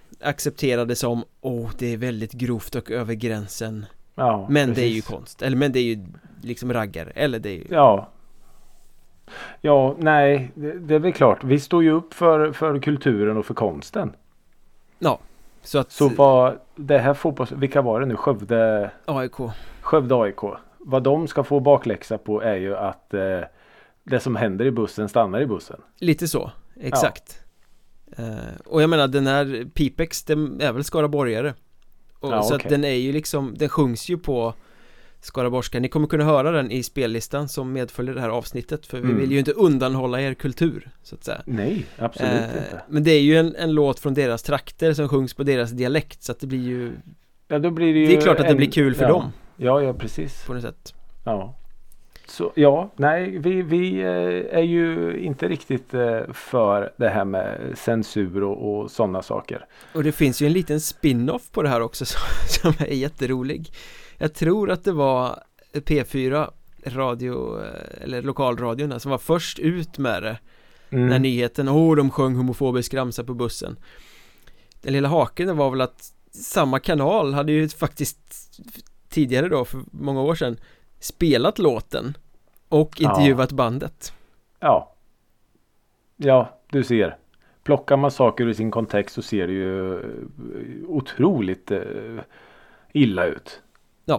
Speaker 1: accepterade som åh, det är väldigt grovt och över gränsen.
Speaker 2: Ja,
Speaker 1: men
Speaker 2: precis.
Speaker 1: det är ju konst. Eller men det är ju liksom raggar. Eller det är ju...
Speaker 2: Ja. Ja, nej, det, det är väl klart. Vi står ju upp för, för kulturen och för konsten.
Speaker 1: Ja. Så att...
Speaker 2: Så vad det här fotbolls... Vilka var det nu? Skövde...
Speaker 1: A I K.
Speaker 2: Skövde A I K. Vad de ska få bakläxa på är ju att eh, det som händer i bussen stannar i bussen.
Speaker 1: Lite så, exakt. Ja. Uh, och jag menar, den här Pipex, den är väl skaraborgare. Och,
Speaker 2: ja,
Speaker 1: så
Speaker 2: okay.
Speaker 1: att den är ju liksom, den sjungs ju på skaraborgska. Ni kommer kunna höra den i spellistan som medföljer det här avsnittet. För vi
Speaker 2: mm.
Speaker 1: vill ju inte undanhålla er kultur, så att säga.
Speaker 2: Nej, absolut uh, inte.
Speaker 1: Men det är ju en, en låt från deras trakter som sjungs på deras dialekt. Så att det blir ju...
Speaker 2: Ja, då blir det ju...
Speaker 1: Det är klart att
Speaker 2: en...
Speaker 1: det blir kul för
Speaker 2: ja.
Speaker 1: dem.
Speaker 2: Ja, ja, precis.
Speaker 1: På något sätt.
Speaker 2: Ja. Så ja, nej, vi, vi eh, är ju inte riktigt eh, för det här med censur och, och sådana saker.
Speaker 1: Och det finns ju en liten spin-off på det här också som, som är jätterolig. Jag tror att det var P fyra radio, eller lokalradion som var först ut med det. Mm. När nyheten, åh oh, de sjöng homofobisk ramsa på bussen. Den lilla haken var väl att samma kanal hade ju faktiskt tidigare då, för många år sedan, spelat låten och intervjuat ja. bandet.
Speaker 2: Ja. Ja, du ser. Plockar man saker ur sin kontext så ser det ju otroligt uh, illa ut.
Speaker 1: Ja.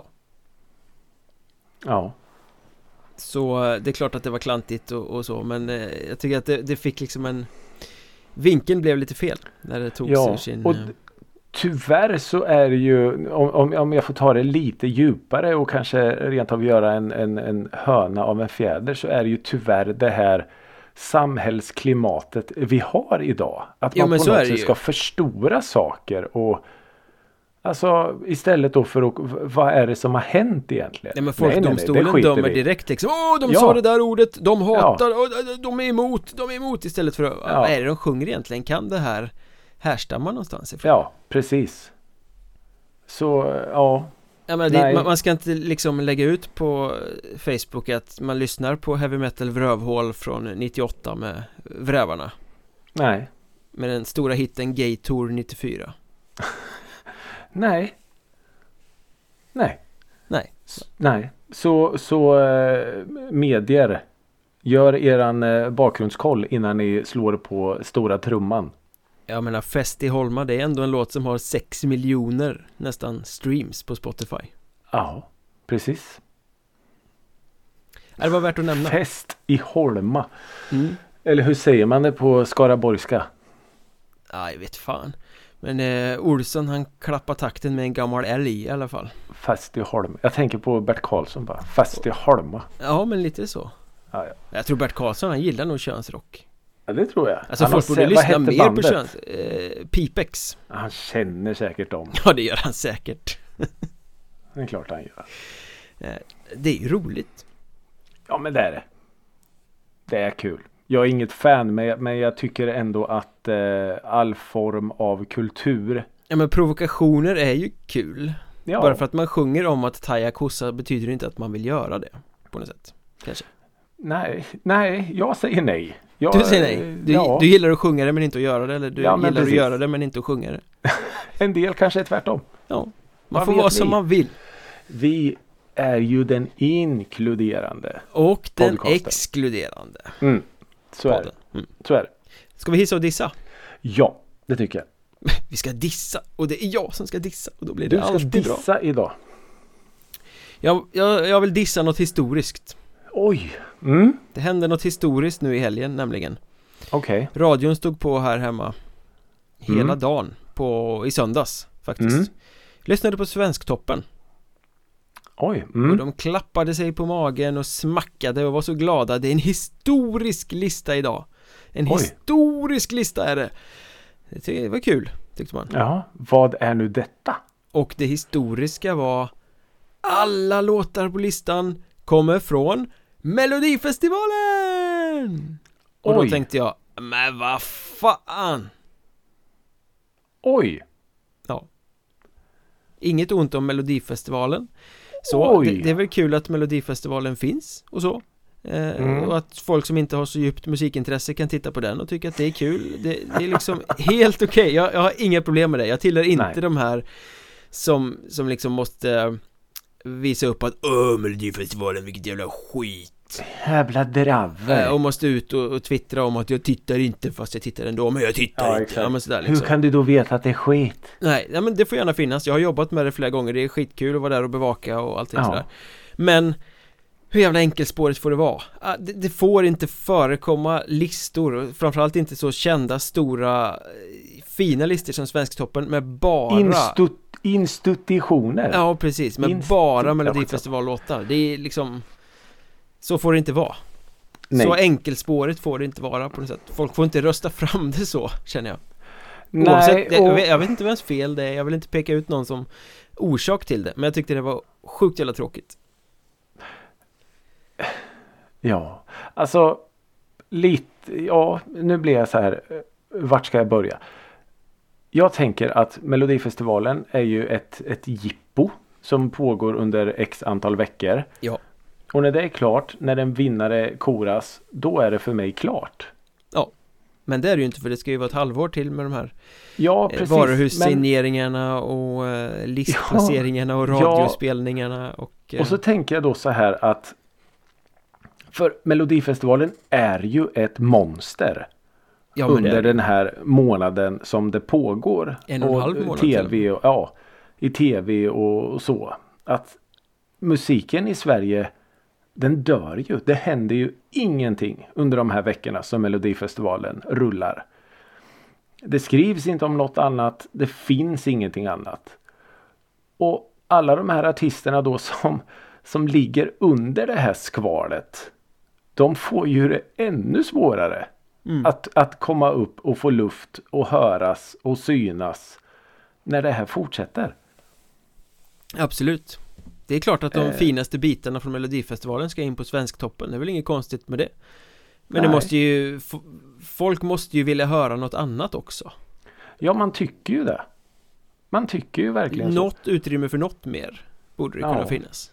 Speaker 2: Ja.
Speaker 1: Så det är klart att det var klantigt och, och så, men uh, jag tycker att det, det fick liksom en... Vinkeln blev lite fel när det tog
Speaker 2: ja,
Speaker 1: sin...
Speaker 2: Och d- tyvärr så är det ju, om, om jag får ta det lite djupare och kanske rent av göra en, en, en höna av en fjäder, så är det ju tyvärr det här samhällsklimatet vi har idag. Att man jo, på något sätt ska förstora saker och alltså istället då för att, vad är det som har hänt egentligen?
Speaker 1: Nej, men folkdomstolen dömer direkt liksom, åh de ja. sa det där ordet, de hatar, ja. de är emot, de är emot istället för att, ja. vad är det de sjunger egentligen? Kan det här härstammar någonstans ifrån?
Speaker 2: Ja, precis. Så, ja.
Speaker 1: Ja, men det, man, man ska inte liksom lägga ut på Facebook att man lyssnar på heavy metal vrövhål från nittioåtta med Vrävarna.
Speaker 2: Nej.
Speaker 1: Med den stora hitten Gay Tour nittiofyra.
Speaker 2: Nej. Nej.
Speaker 1: Nej.
Speaker 2: S- nej. Så, så eh, medier, gör eran eh, bakgrundskoll innan ni slår på stora trumman.
Speaker 1: Jag menar, Fest i Holma, det är ändå en låt som har sex miljoner nästan streams på Spotify.
Speaker 2: Ja, precis.
Speaker 1: Det var värt att nämna.
Speaker 2: Fest i Holma.
Speaker 1: Mm.
Speaker 2: Eller hur säger man det på skaraborgska?
Speaker 1: Ja, jag vet fan. Men eh, Olsson, han klappar takten med en gammal älg i alla fall.
Speaker 2: Fest i Holma. Jag tänker på Bert Karlsson bara. Fest i Holma.
Speaker 1: Ja, men lite så.
Speaker 2: Ja, ja.
Speaker 1: Jag tror Bert Karlsson, han gillar nog könsrock.
Speaker 2: Ja, det tror jag.
Speaker 1: Alltså han folk borde lyssna mer bandet? På köns... Eh, Pipex.
Speaker 2: Han känner säkert dem.
Speaker 1: Ja, det gör han säkert.
Speaker 2: Det är klart han gör.
Speaker 1: Eh, det är ju roligt.
Speaker 2: Ja, men det är det. Det är kul. Jag är inget fan, men, men jag tycker ändå att eh, all form av kultur...
Speaker 1: Ja, men provokationer är ju kul.
Speaker 2: Ja.
Speaker 1: Bara för att man sjunger om att taja kossa betyder det inte att man vill göra det. På något sätt, kanske.
Speaker 2: Nej, nej, jag säger nej. Jag,
Speaker 1: du säger nej. Du,
Speaker 2: ja.
Speaker 1: du gillar att sjunga det men inte att göra det. Eller du
Speaker 2: ja,
Speaker 1: gillar
Speaker 2: precis.
Speaker 1: att göra det men inte att sjunga det.
Speaker 2: En del kanske är tvärtom.
Speaker 1: Ja, man
Speaker 2: Vad
Speaker 1: får vara som man vill.
Speaker 2: Vi är ju den inkluderande.
Speaker 1: Och den
Speaker 2: podcasten.
Speaker 1: exkluderande.
Speaker 2: Mm. Så är det. Mm. Så är det.
Speaker 1: Ska vi hissa och dissa?
Speaker 2: Ja, det tycker jag.
Speaker 1: Vi ska dissa. Och det är jag som ska dissa. Och då blir det
Speaker 2: du ska
Speaker 1: alltid
Speaker 2: dissa
Speaker 1: bra.
Speaker 2: idag.
Speaker 1: Jag, jag, jag vill dissa något historiskt.
Speaker 2: Oj. Mm.
Speaker 1: Det hände något historiskt nu i helgen nämligen.
Speaker 2: Okej. Okay.
Speaker 1: Radion stod på här hemma hela
Speaker 2: mm.
Speaker 1: dagen på, i söndags faktiskt. Mm. Lyssnade på Svensktoppen.
Speaker 2: Oj. Mm.
Speaker 1: Och de klappade sig på magen och smackade och var så glada. Det är en historisk lista idag. En
Speaker 2: Oj.
Speaker 1: historisk lista är det. Det var kul, tyckte man.
Speaker 2: Ja, vad är nu detta?
Speaker 1: Och det historiska var alla låtar på listan kommer från Melodifestivalen! Och Oj. Då tänkte jag, men vad fan?
Speaker 2: Oj!
Speaker 1: Ja. Inget ont om Melodifestivalen. Så det, det är väl kul att Melodifestivalen finns och så. eh, mm. och att folk som inte har så djupt musikintresse kan titta på den och tycka att det är kul. Det, det är liksom helt okej. Okay. Jag, jag har inga problem med det. Jag tillhör inte Nej. de här som, som liksom måste visa upp att åh, Melodifestivalen, vilket jävla skit.
Speaker 2: Jävla draver.
Speaker 1: Och måste ut och, och twittra om att jag tittar inte fast jag tittar ändå, men jag tittar
Speaker 2: ja,
Speaker 1: inte. Ja, men sådär, liksom.
Speaker 2: Hur kan du då veta att det är skit?
Speaker 1: Nej, ja, men det får gärna finnas. Jag har jobbat med det flera gånger. Det är skitkul att vara där och bevaka och allting ja. sådär. Men hur jävla enkelspåret får det vara? Det, det får inte förekomma listor, framförallt inte så kända, stora, fina listor som Svensktoppen med bara
Speaker 2: Instu- institutioner.
Speaker 1: Ja, precis, med Instu- bara Melodifestivallåtar. Det är liksom, så får det inte vara. Nej. Så enkelspåret får det inte vara på något sätt. Folk får inte rösta fram det så, känner jag.
Speaker 2: Nej,
Speaker 1: Oavsett, det,
Speaker 2: och...
Speaker 1: jag, vet, jag vet inte vems fel det är. Jag vill inte peka ut någon som orsak till det, men jag tyckte det var sjukt jävla tråkigt.
Speaker 2: Ja, alltså lite, ja, nu blir jag så här, vart ska jag börja? Jag tänker att Melodifestivalen är ju ett, ett jippo som pågår under x antal veckor.
Speaker 1: Ja.
Speaker 2: Och när det är klart, när en vinnare koras, då är det för mig klart.
Speaker 1: Ja, men det är det ju inte, för det ska ju vara ett halvår till med de här
Speaker 2: ja, precis,
Speaker 1: varuhussigneringarna men... och eh, listplaceringarna ja, och radiospelningarna. Och, eh...
Speaker 2: och så tänker jag då så här att för Melodifestivalen är ju ett monster ja, under den här månaden som det pågår.
Speaker 1: En och en halv månad.
Speaker 2: T V och, ja, i tv och så. Att musiken i Sverige, den dör ju. Det händer ju ingenting under de här veckorna som Melodifestivalen rullar. Det skrivs inte om något annat. Det finns ingenting annat. Och alla de här artisterna då som, som ligger under det här skvalet, de får ju det ännu svårare mm. att, att komma upp och få luft och höras och synas när det här fortsätter.
Speaker 1: Absolut. Det är klart att de eh. finaste bitarna från Melodifestivalen ska in på Svensktoppen. Det är väl inget konstigt med det. Men Nej. det måste ju f- folk måste ju vilja höra något annat också.
Speaker 2: Ja, man tycker ju det. Man tycker ju verkligen
Speaker 1: något
Speaker 2: så.
Speaker 1: Utrymme för något mer borde det
Speaker 2: ja.
Speaker 1: kunna finnas.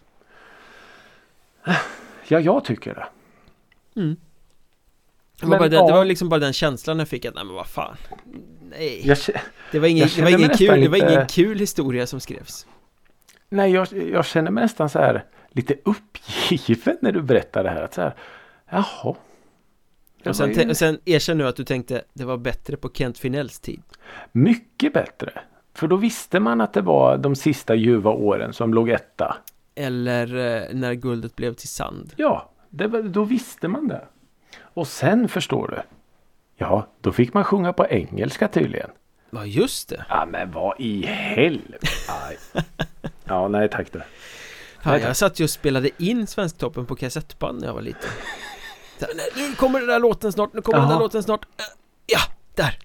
Speaker 2: Ja, jag tycker det.
Speaker 1: Mm. Det, var men, det, ja. det var liksom bara den känslan jag fick att, nej men vad fan. Nej. Jag, det var ingen, det var ingen kul, lite... det var ingen kul historia som skrevs.
Speaker 2: Nej, jag, jag känner mig nästan så här lite uppgiven när du berättar det här. Att så här, jaha.
Speaker 1: Och sen, ju... sen erkänn nu att du tänkte det var bättre på Kent Finells tid.
Speaker 2: Mycket bättre. För då visste man att det var de sista ljuva åren som låg etta.
Speaker 1: Eller eh, när guldet blev till sand.
Speaker 2: Ja, det var, då visste man det. Och sen förstår du. Ja, då fick man sjunga på engelska tydligen.
Speaker 1: Ja, just det.
Speaker 2: Ja, men vad i helvete. Ja, nej tack då.
Speaker 1: Ja, jag satt ju och spelade in Svensktoppen på kassettband när jag var liten. Så, nej, nu kommer den där låten snart, nu kommer Aha. den där låten snart. Ja, där.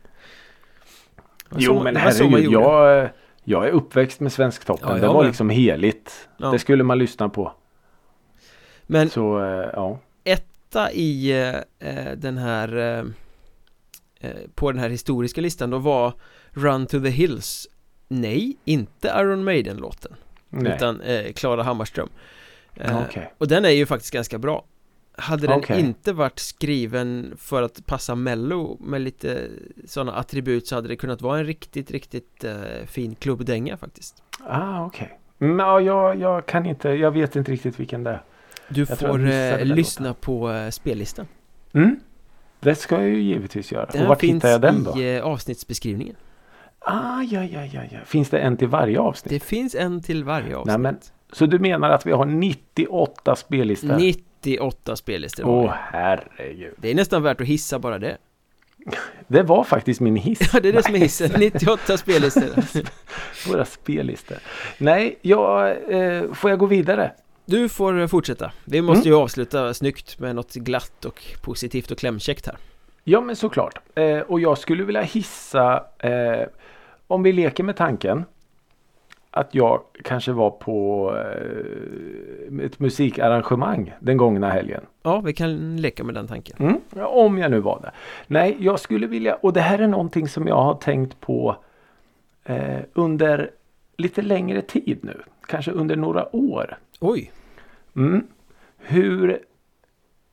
Speaker 2: Jo, så, men herregud, jag, jag är uppväxt med Svensktoppen. Ja, det var med. liksom heligt. Ja. Det skulle man lyssna på.
Speaker 1: Men
Speaker 2: så, ja.
Speaker 1: Etta i eh, den här eh, på den här historiska listan då var Run to the Hills. Nej, inte Iron Maiden-låten. Nej. Utan eh, Klara Hammarström. Eh,
Speaker 2: okay.
Speaker 1: Och den är ju faktiskt ganska bra. Hade den
Speaker 2: okay.
Speaker 1: inte varit skriven för att passa Mello med lite sådana attribut, så hade det kunnat vara en riktigt, riktigt eh, fin klubbdänga faktiskt.
Speaker 2: Ah, okej. Okay. No, jag, jag kan inte, jag vet inte riktigt vilken det är.
Speaker 1: Du jag får eh, lyssna låten. på eh, spellistan.
Speaker 2: Mm, det ska jag ju givetvis göra.
Speaker 1: Den
Speaker 2: och vart hittar jag den då?
Speaker 1: Den finns i eh, avsnittsbeskrivningen.
Speaker 2: Ah, ja, ja, ja, ja. Finns det en till varje avsnitt?
Speaker 1: Det finns en till varje avsnitt.
Speaker 2: Nej, men, så du menar att vi har nittioåtta spellistor?
Speaker 1: nittioåtta spellistor.
Speaker 2: Åh, oh, herregud.
Speaker 1: Det är nästan värt att hissa bara det.
Speaker 2: Det var faktiskt min hiss.
Speaker 1: Ja, det är det som är hissen. nittioåtta spellistor.
Speaker 2: Våra spellistor. Nej, jag, eh, får jag gå vidare?
Speaker 1: Du får fortsätta. Vi måste mm. ju avsluta snyggt med något glatt och positivt och klämkäckt här.
Speaker 2: Ja, men såklart. Eh, och jag skulle vilja hissa, eh, om vi leker med tanken att jag kanske var på eh, ett musikarrangemang den gångna helgen.
Speaker 1: Ja, vi kan leka med den tanken.
Speaker 2: Mm, ja, om jag nu var det. Nej, jag skulle vilja, och det här är någonting som jag har tänkt på eh, under lite längre tid nu. Kanske under några år.
Speaker 1: Oj.
Speaker 2: Mm, hur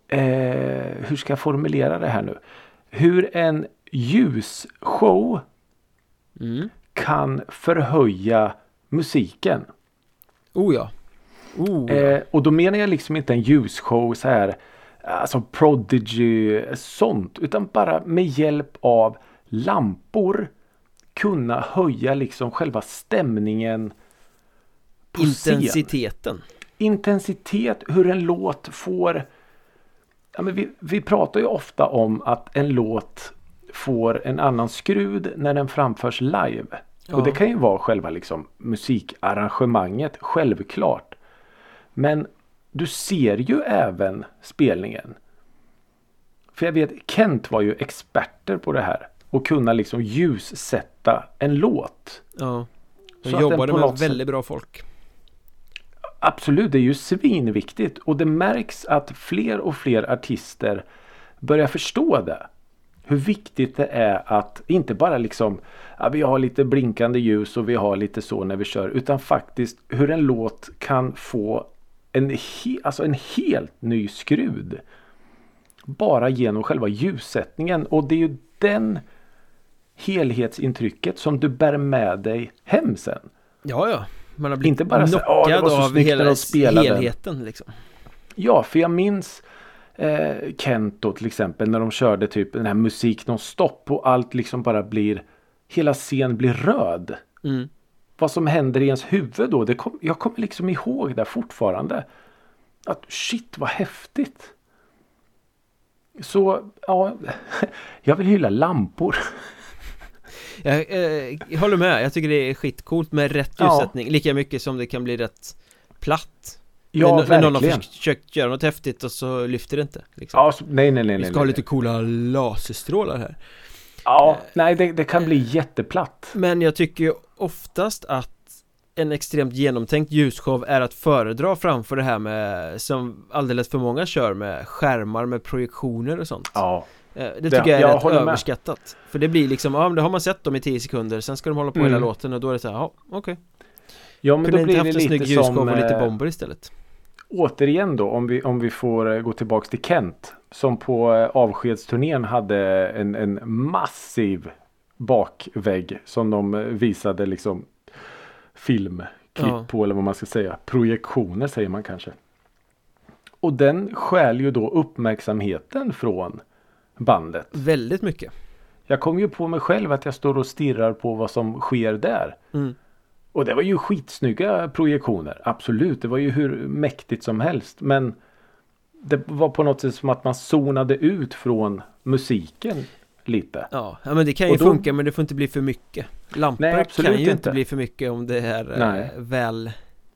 Speaker 2: eh, hur ska jag formulera det här nu? Hur en ljusshow
Speaker 1: mm.
Speaker 2: kan förhöja musiken.
Speaker 1: Oh ja. Oh, ja.
Speaker 2: Eh, och då menar jag liksom inte en ljusshow så här, alltså Prodigy, sånt, utan bara med hjälp av lampor kunna höja liksom själva stämningen på
Speaker 1: intensiteten.
Speaker 2: Scen. Intensitet, hur en låt får, ja, men vi, vi pratar ju ofta om att en låt får en annan skrud när den framförs live. Ja. Och det kan ju vara själva liksom musikarrangemanget, självklart. Men du ser ju även spelningen. För jag vet, Kent var ju experter på det här. Och kunna liksom ljussätta en låt.
Speaker 1: Ja, de
Speaker 2: så
Speaker 1: jobbade med
Speaker 2: väldigt
Speaker 1: sätt... bra folk.
Speaker 2: Absolut, det är ju svinviktigt. Och det märks att fler och fler artister börjar förstå det. Hur viktigt det är att inte bara liksom, ja, vi har lite blinkande ljus och vi har lite så när vi kör. Utan faktiskt hur en låt kan få en, he, alltså en helt ny skrud. Bara genom själva ljussättningen. Och det är ju den helhetsintrycket som du bär med dig hem sen.
Speaker 1: Ja, ja. Man har blivit
Speaker 2: inte bara
Speaker 1: knockad
Speaker 2: så,
Speaker 1: av hela helheten liksom.
Speaker 2: Ja, för jag minns eh, Kent då till exempel när de körde typ den här musik non-stop och allt liksom bara blir, hela scen blir röd.
Speaker 1: Mm.
Speaker 2: Vad som händer i ens huvud då, det kom, jag kommer liksom ihåg det fortfarande. Att shit, vad häftigt. Så, ja, jag vill hylla lampor.
Speaker 1: Jag, eh, jag håller med, jag tycker det är skitcoolt med rätt ljussättning, ja. Lika mycket som det kan bli rätt platt.
Speaker 2: Ja,
Speaker 1: när,
Speaker 2: verkligen.
Speaker 1: När någon har försökt göra något häftigt och så lyfter det inte liksom.
Speaker 2: Ja, så, nej, nej, nej.
Speaker 1: Vi ska
Speaker 2: nej,
Speaker 1: ha
Speaker 2: nej.
Speaker 1: lite coola laserstrålar här.
Speaker 2: Ja, eh, nej, det, det kan bli jätteplatt.
Speaker 1: Men jag tycker ju oftast att en extremt genomtänkt ljusshow är att föredra framför det här med, som alldeles för många kör med skärmar med projektioner och sånt.
Speaker 2: Ja.
Speaker 1: Det tycker det, jag är
Speaker 2: jag
Speaker 1: rätt överskattat med. För det blir liksom, ja men det har man sett dem i tio sekunder. Sen ska de hålla på mm. hela låten och då är det så här, ja okej okay.
Speaker 2: Ja, men
Speaker 1: kunde
Speaker 2: då blir
Speaker 1: inte
Speaker 2: det
Speaker 1: haft en
Speaker 2: lite
Speaker 1: snygg
Speaker 2: som
Speaker 1: och lite bomber istället.
Speaker 2: Återigen då, om vi, om vi får gå tillbaks till Kent, som på avskedsturnén hade en, en massiv bakvägg som de visade liksom filmklipp ja. på, eller vad man ska säga, projektioner säger man kanske. Och den skäl ju då uppmärksamheten från bandet.
Speaker 1: Väldigt mycket.
Speaker 2: Jag kom ju på mig själv att jag står och stirrar på vad som sker där.
Speaker 1: Mm.
Speaker 2: Och det var ju skitsnygga projektioner. Absolut, det var ju hur mäktigt som helst. Men det var på något sätt som att man zonade ut från musiken lite.
Speaker 1: Ja, ja men det kan ju då, funka, men det får inte bli för mycket. Lampor
Speaker 2: nej,
Speaker 1: kan ju inte.
Speaker 2: inte
Speaker 1: bli för mycket om det är
Speaker 2: nej.
Speaker 1: väl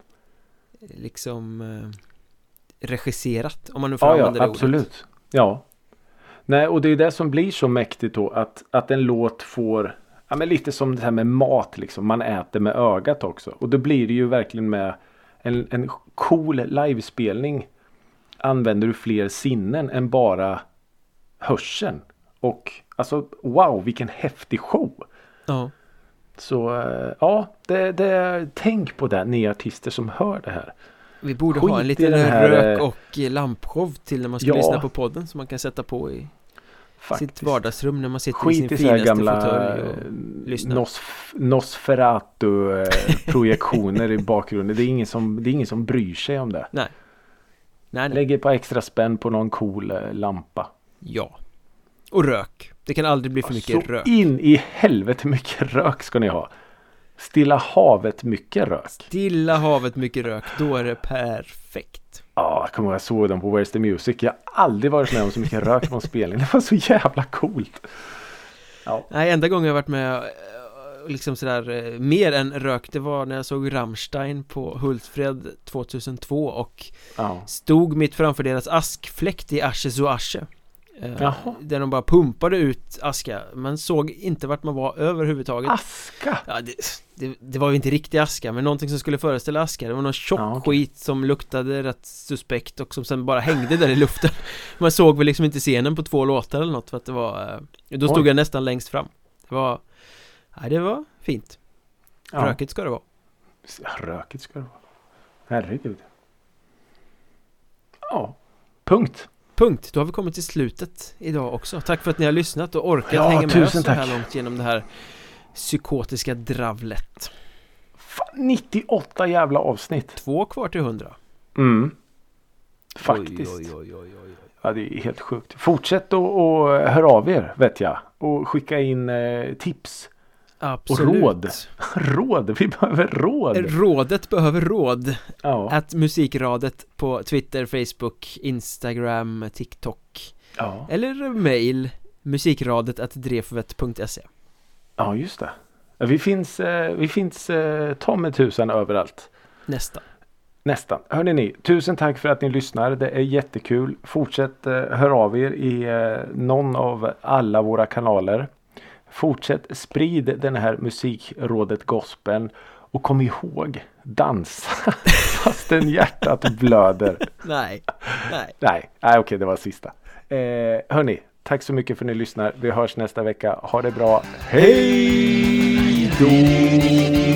Speaker 1: liksom eh, regisserat. Om man nu får ja, använda
Speaker 2: ja,
Speaker 1: det
Speaker 2: absolut.
Speaker 1: ordet.
Speaker 2: Ja. Nej, och det är det som blir så mäktigt då, att, att en låt får, ja men lite som det här med mat liksom, man äter med ögat också. Och då blir det ju verkligen med en, en cool livespelning använder du fler sinnen än bara hörseln. Och alltså, wow, vilken häftig show.
Speaker 1: Ja.
Speaker 2: Så ja, det, det, tänk på det, ni artister som hör det här.
Speaker 1: Vi borde Skit ha en liten här, rök- och lampshow till när man ska ja, lyssna på podden som man kan sätta på i faktiskt. Sitt vardagsrum när man sitter Skit i sin i finaste gamla fåtölj och lyssnar. Nosf-
Speaker 2: Nosferatu-projektioner i bakgrunden. Det är, ingen som, det är ingen som bryr sig om det.
Speaker 1: Nej. Nej, nej.
Speaker 2: Lägger på extra spänn på någon cool lampa.
Speaker 1: Ja. Och rök. Det kan aldrig bli för mycket
Speaker 2: så
Speaker 1: rök.
Speaker 2: In i helvete mycket rök ska ni ha. Stilla havet mycket rök.
Speaker 1: Stilla havet mycket rök. Då är det perfekt.
Speaker 2: Ja, jag kommer ihåg jag såg dem på Where's the Music. Jag har aldrig varit med om så mycket rök på en spelning. Det var så jävla coolt.
Speaker 1: Ja. Nej, enda gången jag varit med liksom sådär mer än rök, det var när jag såg Rammstein på Hultsfred tjugohundratvå och ja. stod mitt framför deras askfläkt i Asche so Asche. Uh, där de bara pumpade ut aska. Man såg inte vart man var överhuvudtaget.
Speaker 2: Aska?
Speaker 1: Ja, det, det, det var ju inte riktig aska, men någonting som skulle föreställa aska. Det var någon tjock ja, okay. skit som luktade rätt suspekt och som sen bara hängde där i luften. Man såg väl liksom inte scenen på två låtar eller något, för att det var, uh, då stod Oj. jag nästan längst fram. Det var, ja, det var fint. Ja. Rökigt ska det vara.
Speaker 2: Rökigt ska det vara. Herregud. Ja, punkt.
Speaker 1: Punkt, då har vi kommit till slutet idag också. Tack för att ni har lyssnat och orkat
Speaker 2: ja,
Speaker 1: hänga med oss så
Speaker 2: tack.
Speaker 1: här långt genom det här psykotiska dravlet.
Speaker 2: Fan, nittioåtta jävla avsnitt.
Speaker 1: Två kvar till hundra.
Speaker 2: Mm. Faktiskt.
Speaker 1: Oj, oj, oj, oj, oj.
Speaker 2: Ja, det är helt sjukt. Fortsätt och, och hör av er, vet jag. Och skicka in eh, tips.
Speaker 1: Absolut.
Speaker 2: Och råd. Råd, vi behöver råd.
Speaker 1: Rådet behöver råd.
Speaker 2: Ja.
Speaker 1: Att musikradet på Twitter, Facebook, Instagram, TikTok.
Speaker 2: Ja.
Speaker 1: Eller mail musikradet at drefvet punkt se.
Speaker 2: Ja, just det. Vi finns, eh, vi finns eh, ta med tusan överallt.
Speaker 1: Nästan.
Speaker 2: Nästan. Hörrni ni, tusen tack för att ni lyssnar. Det är jättekul. Fortsätt eh, hör av er i eh, någon av alla våra kanaler. Fortsätt sprid den här musikrådet gospeln. Och kom ihåg, dansa fastän hjärtat blöder.
Speaker 1: Nej, nej.
Speaker 2: Nej, nej okej, det var sista. Eh, hörni, tack så mycket för att ni lyssnar. Vi hörs nästa vecka. Ha det bra. Hej då!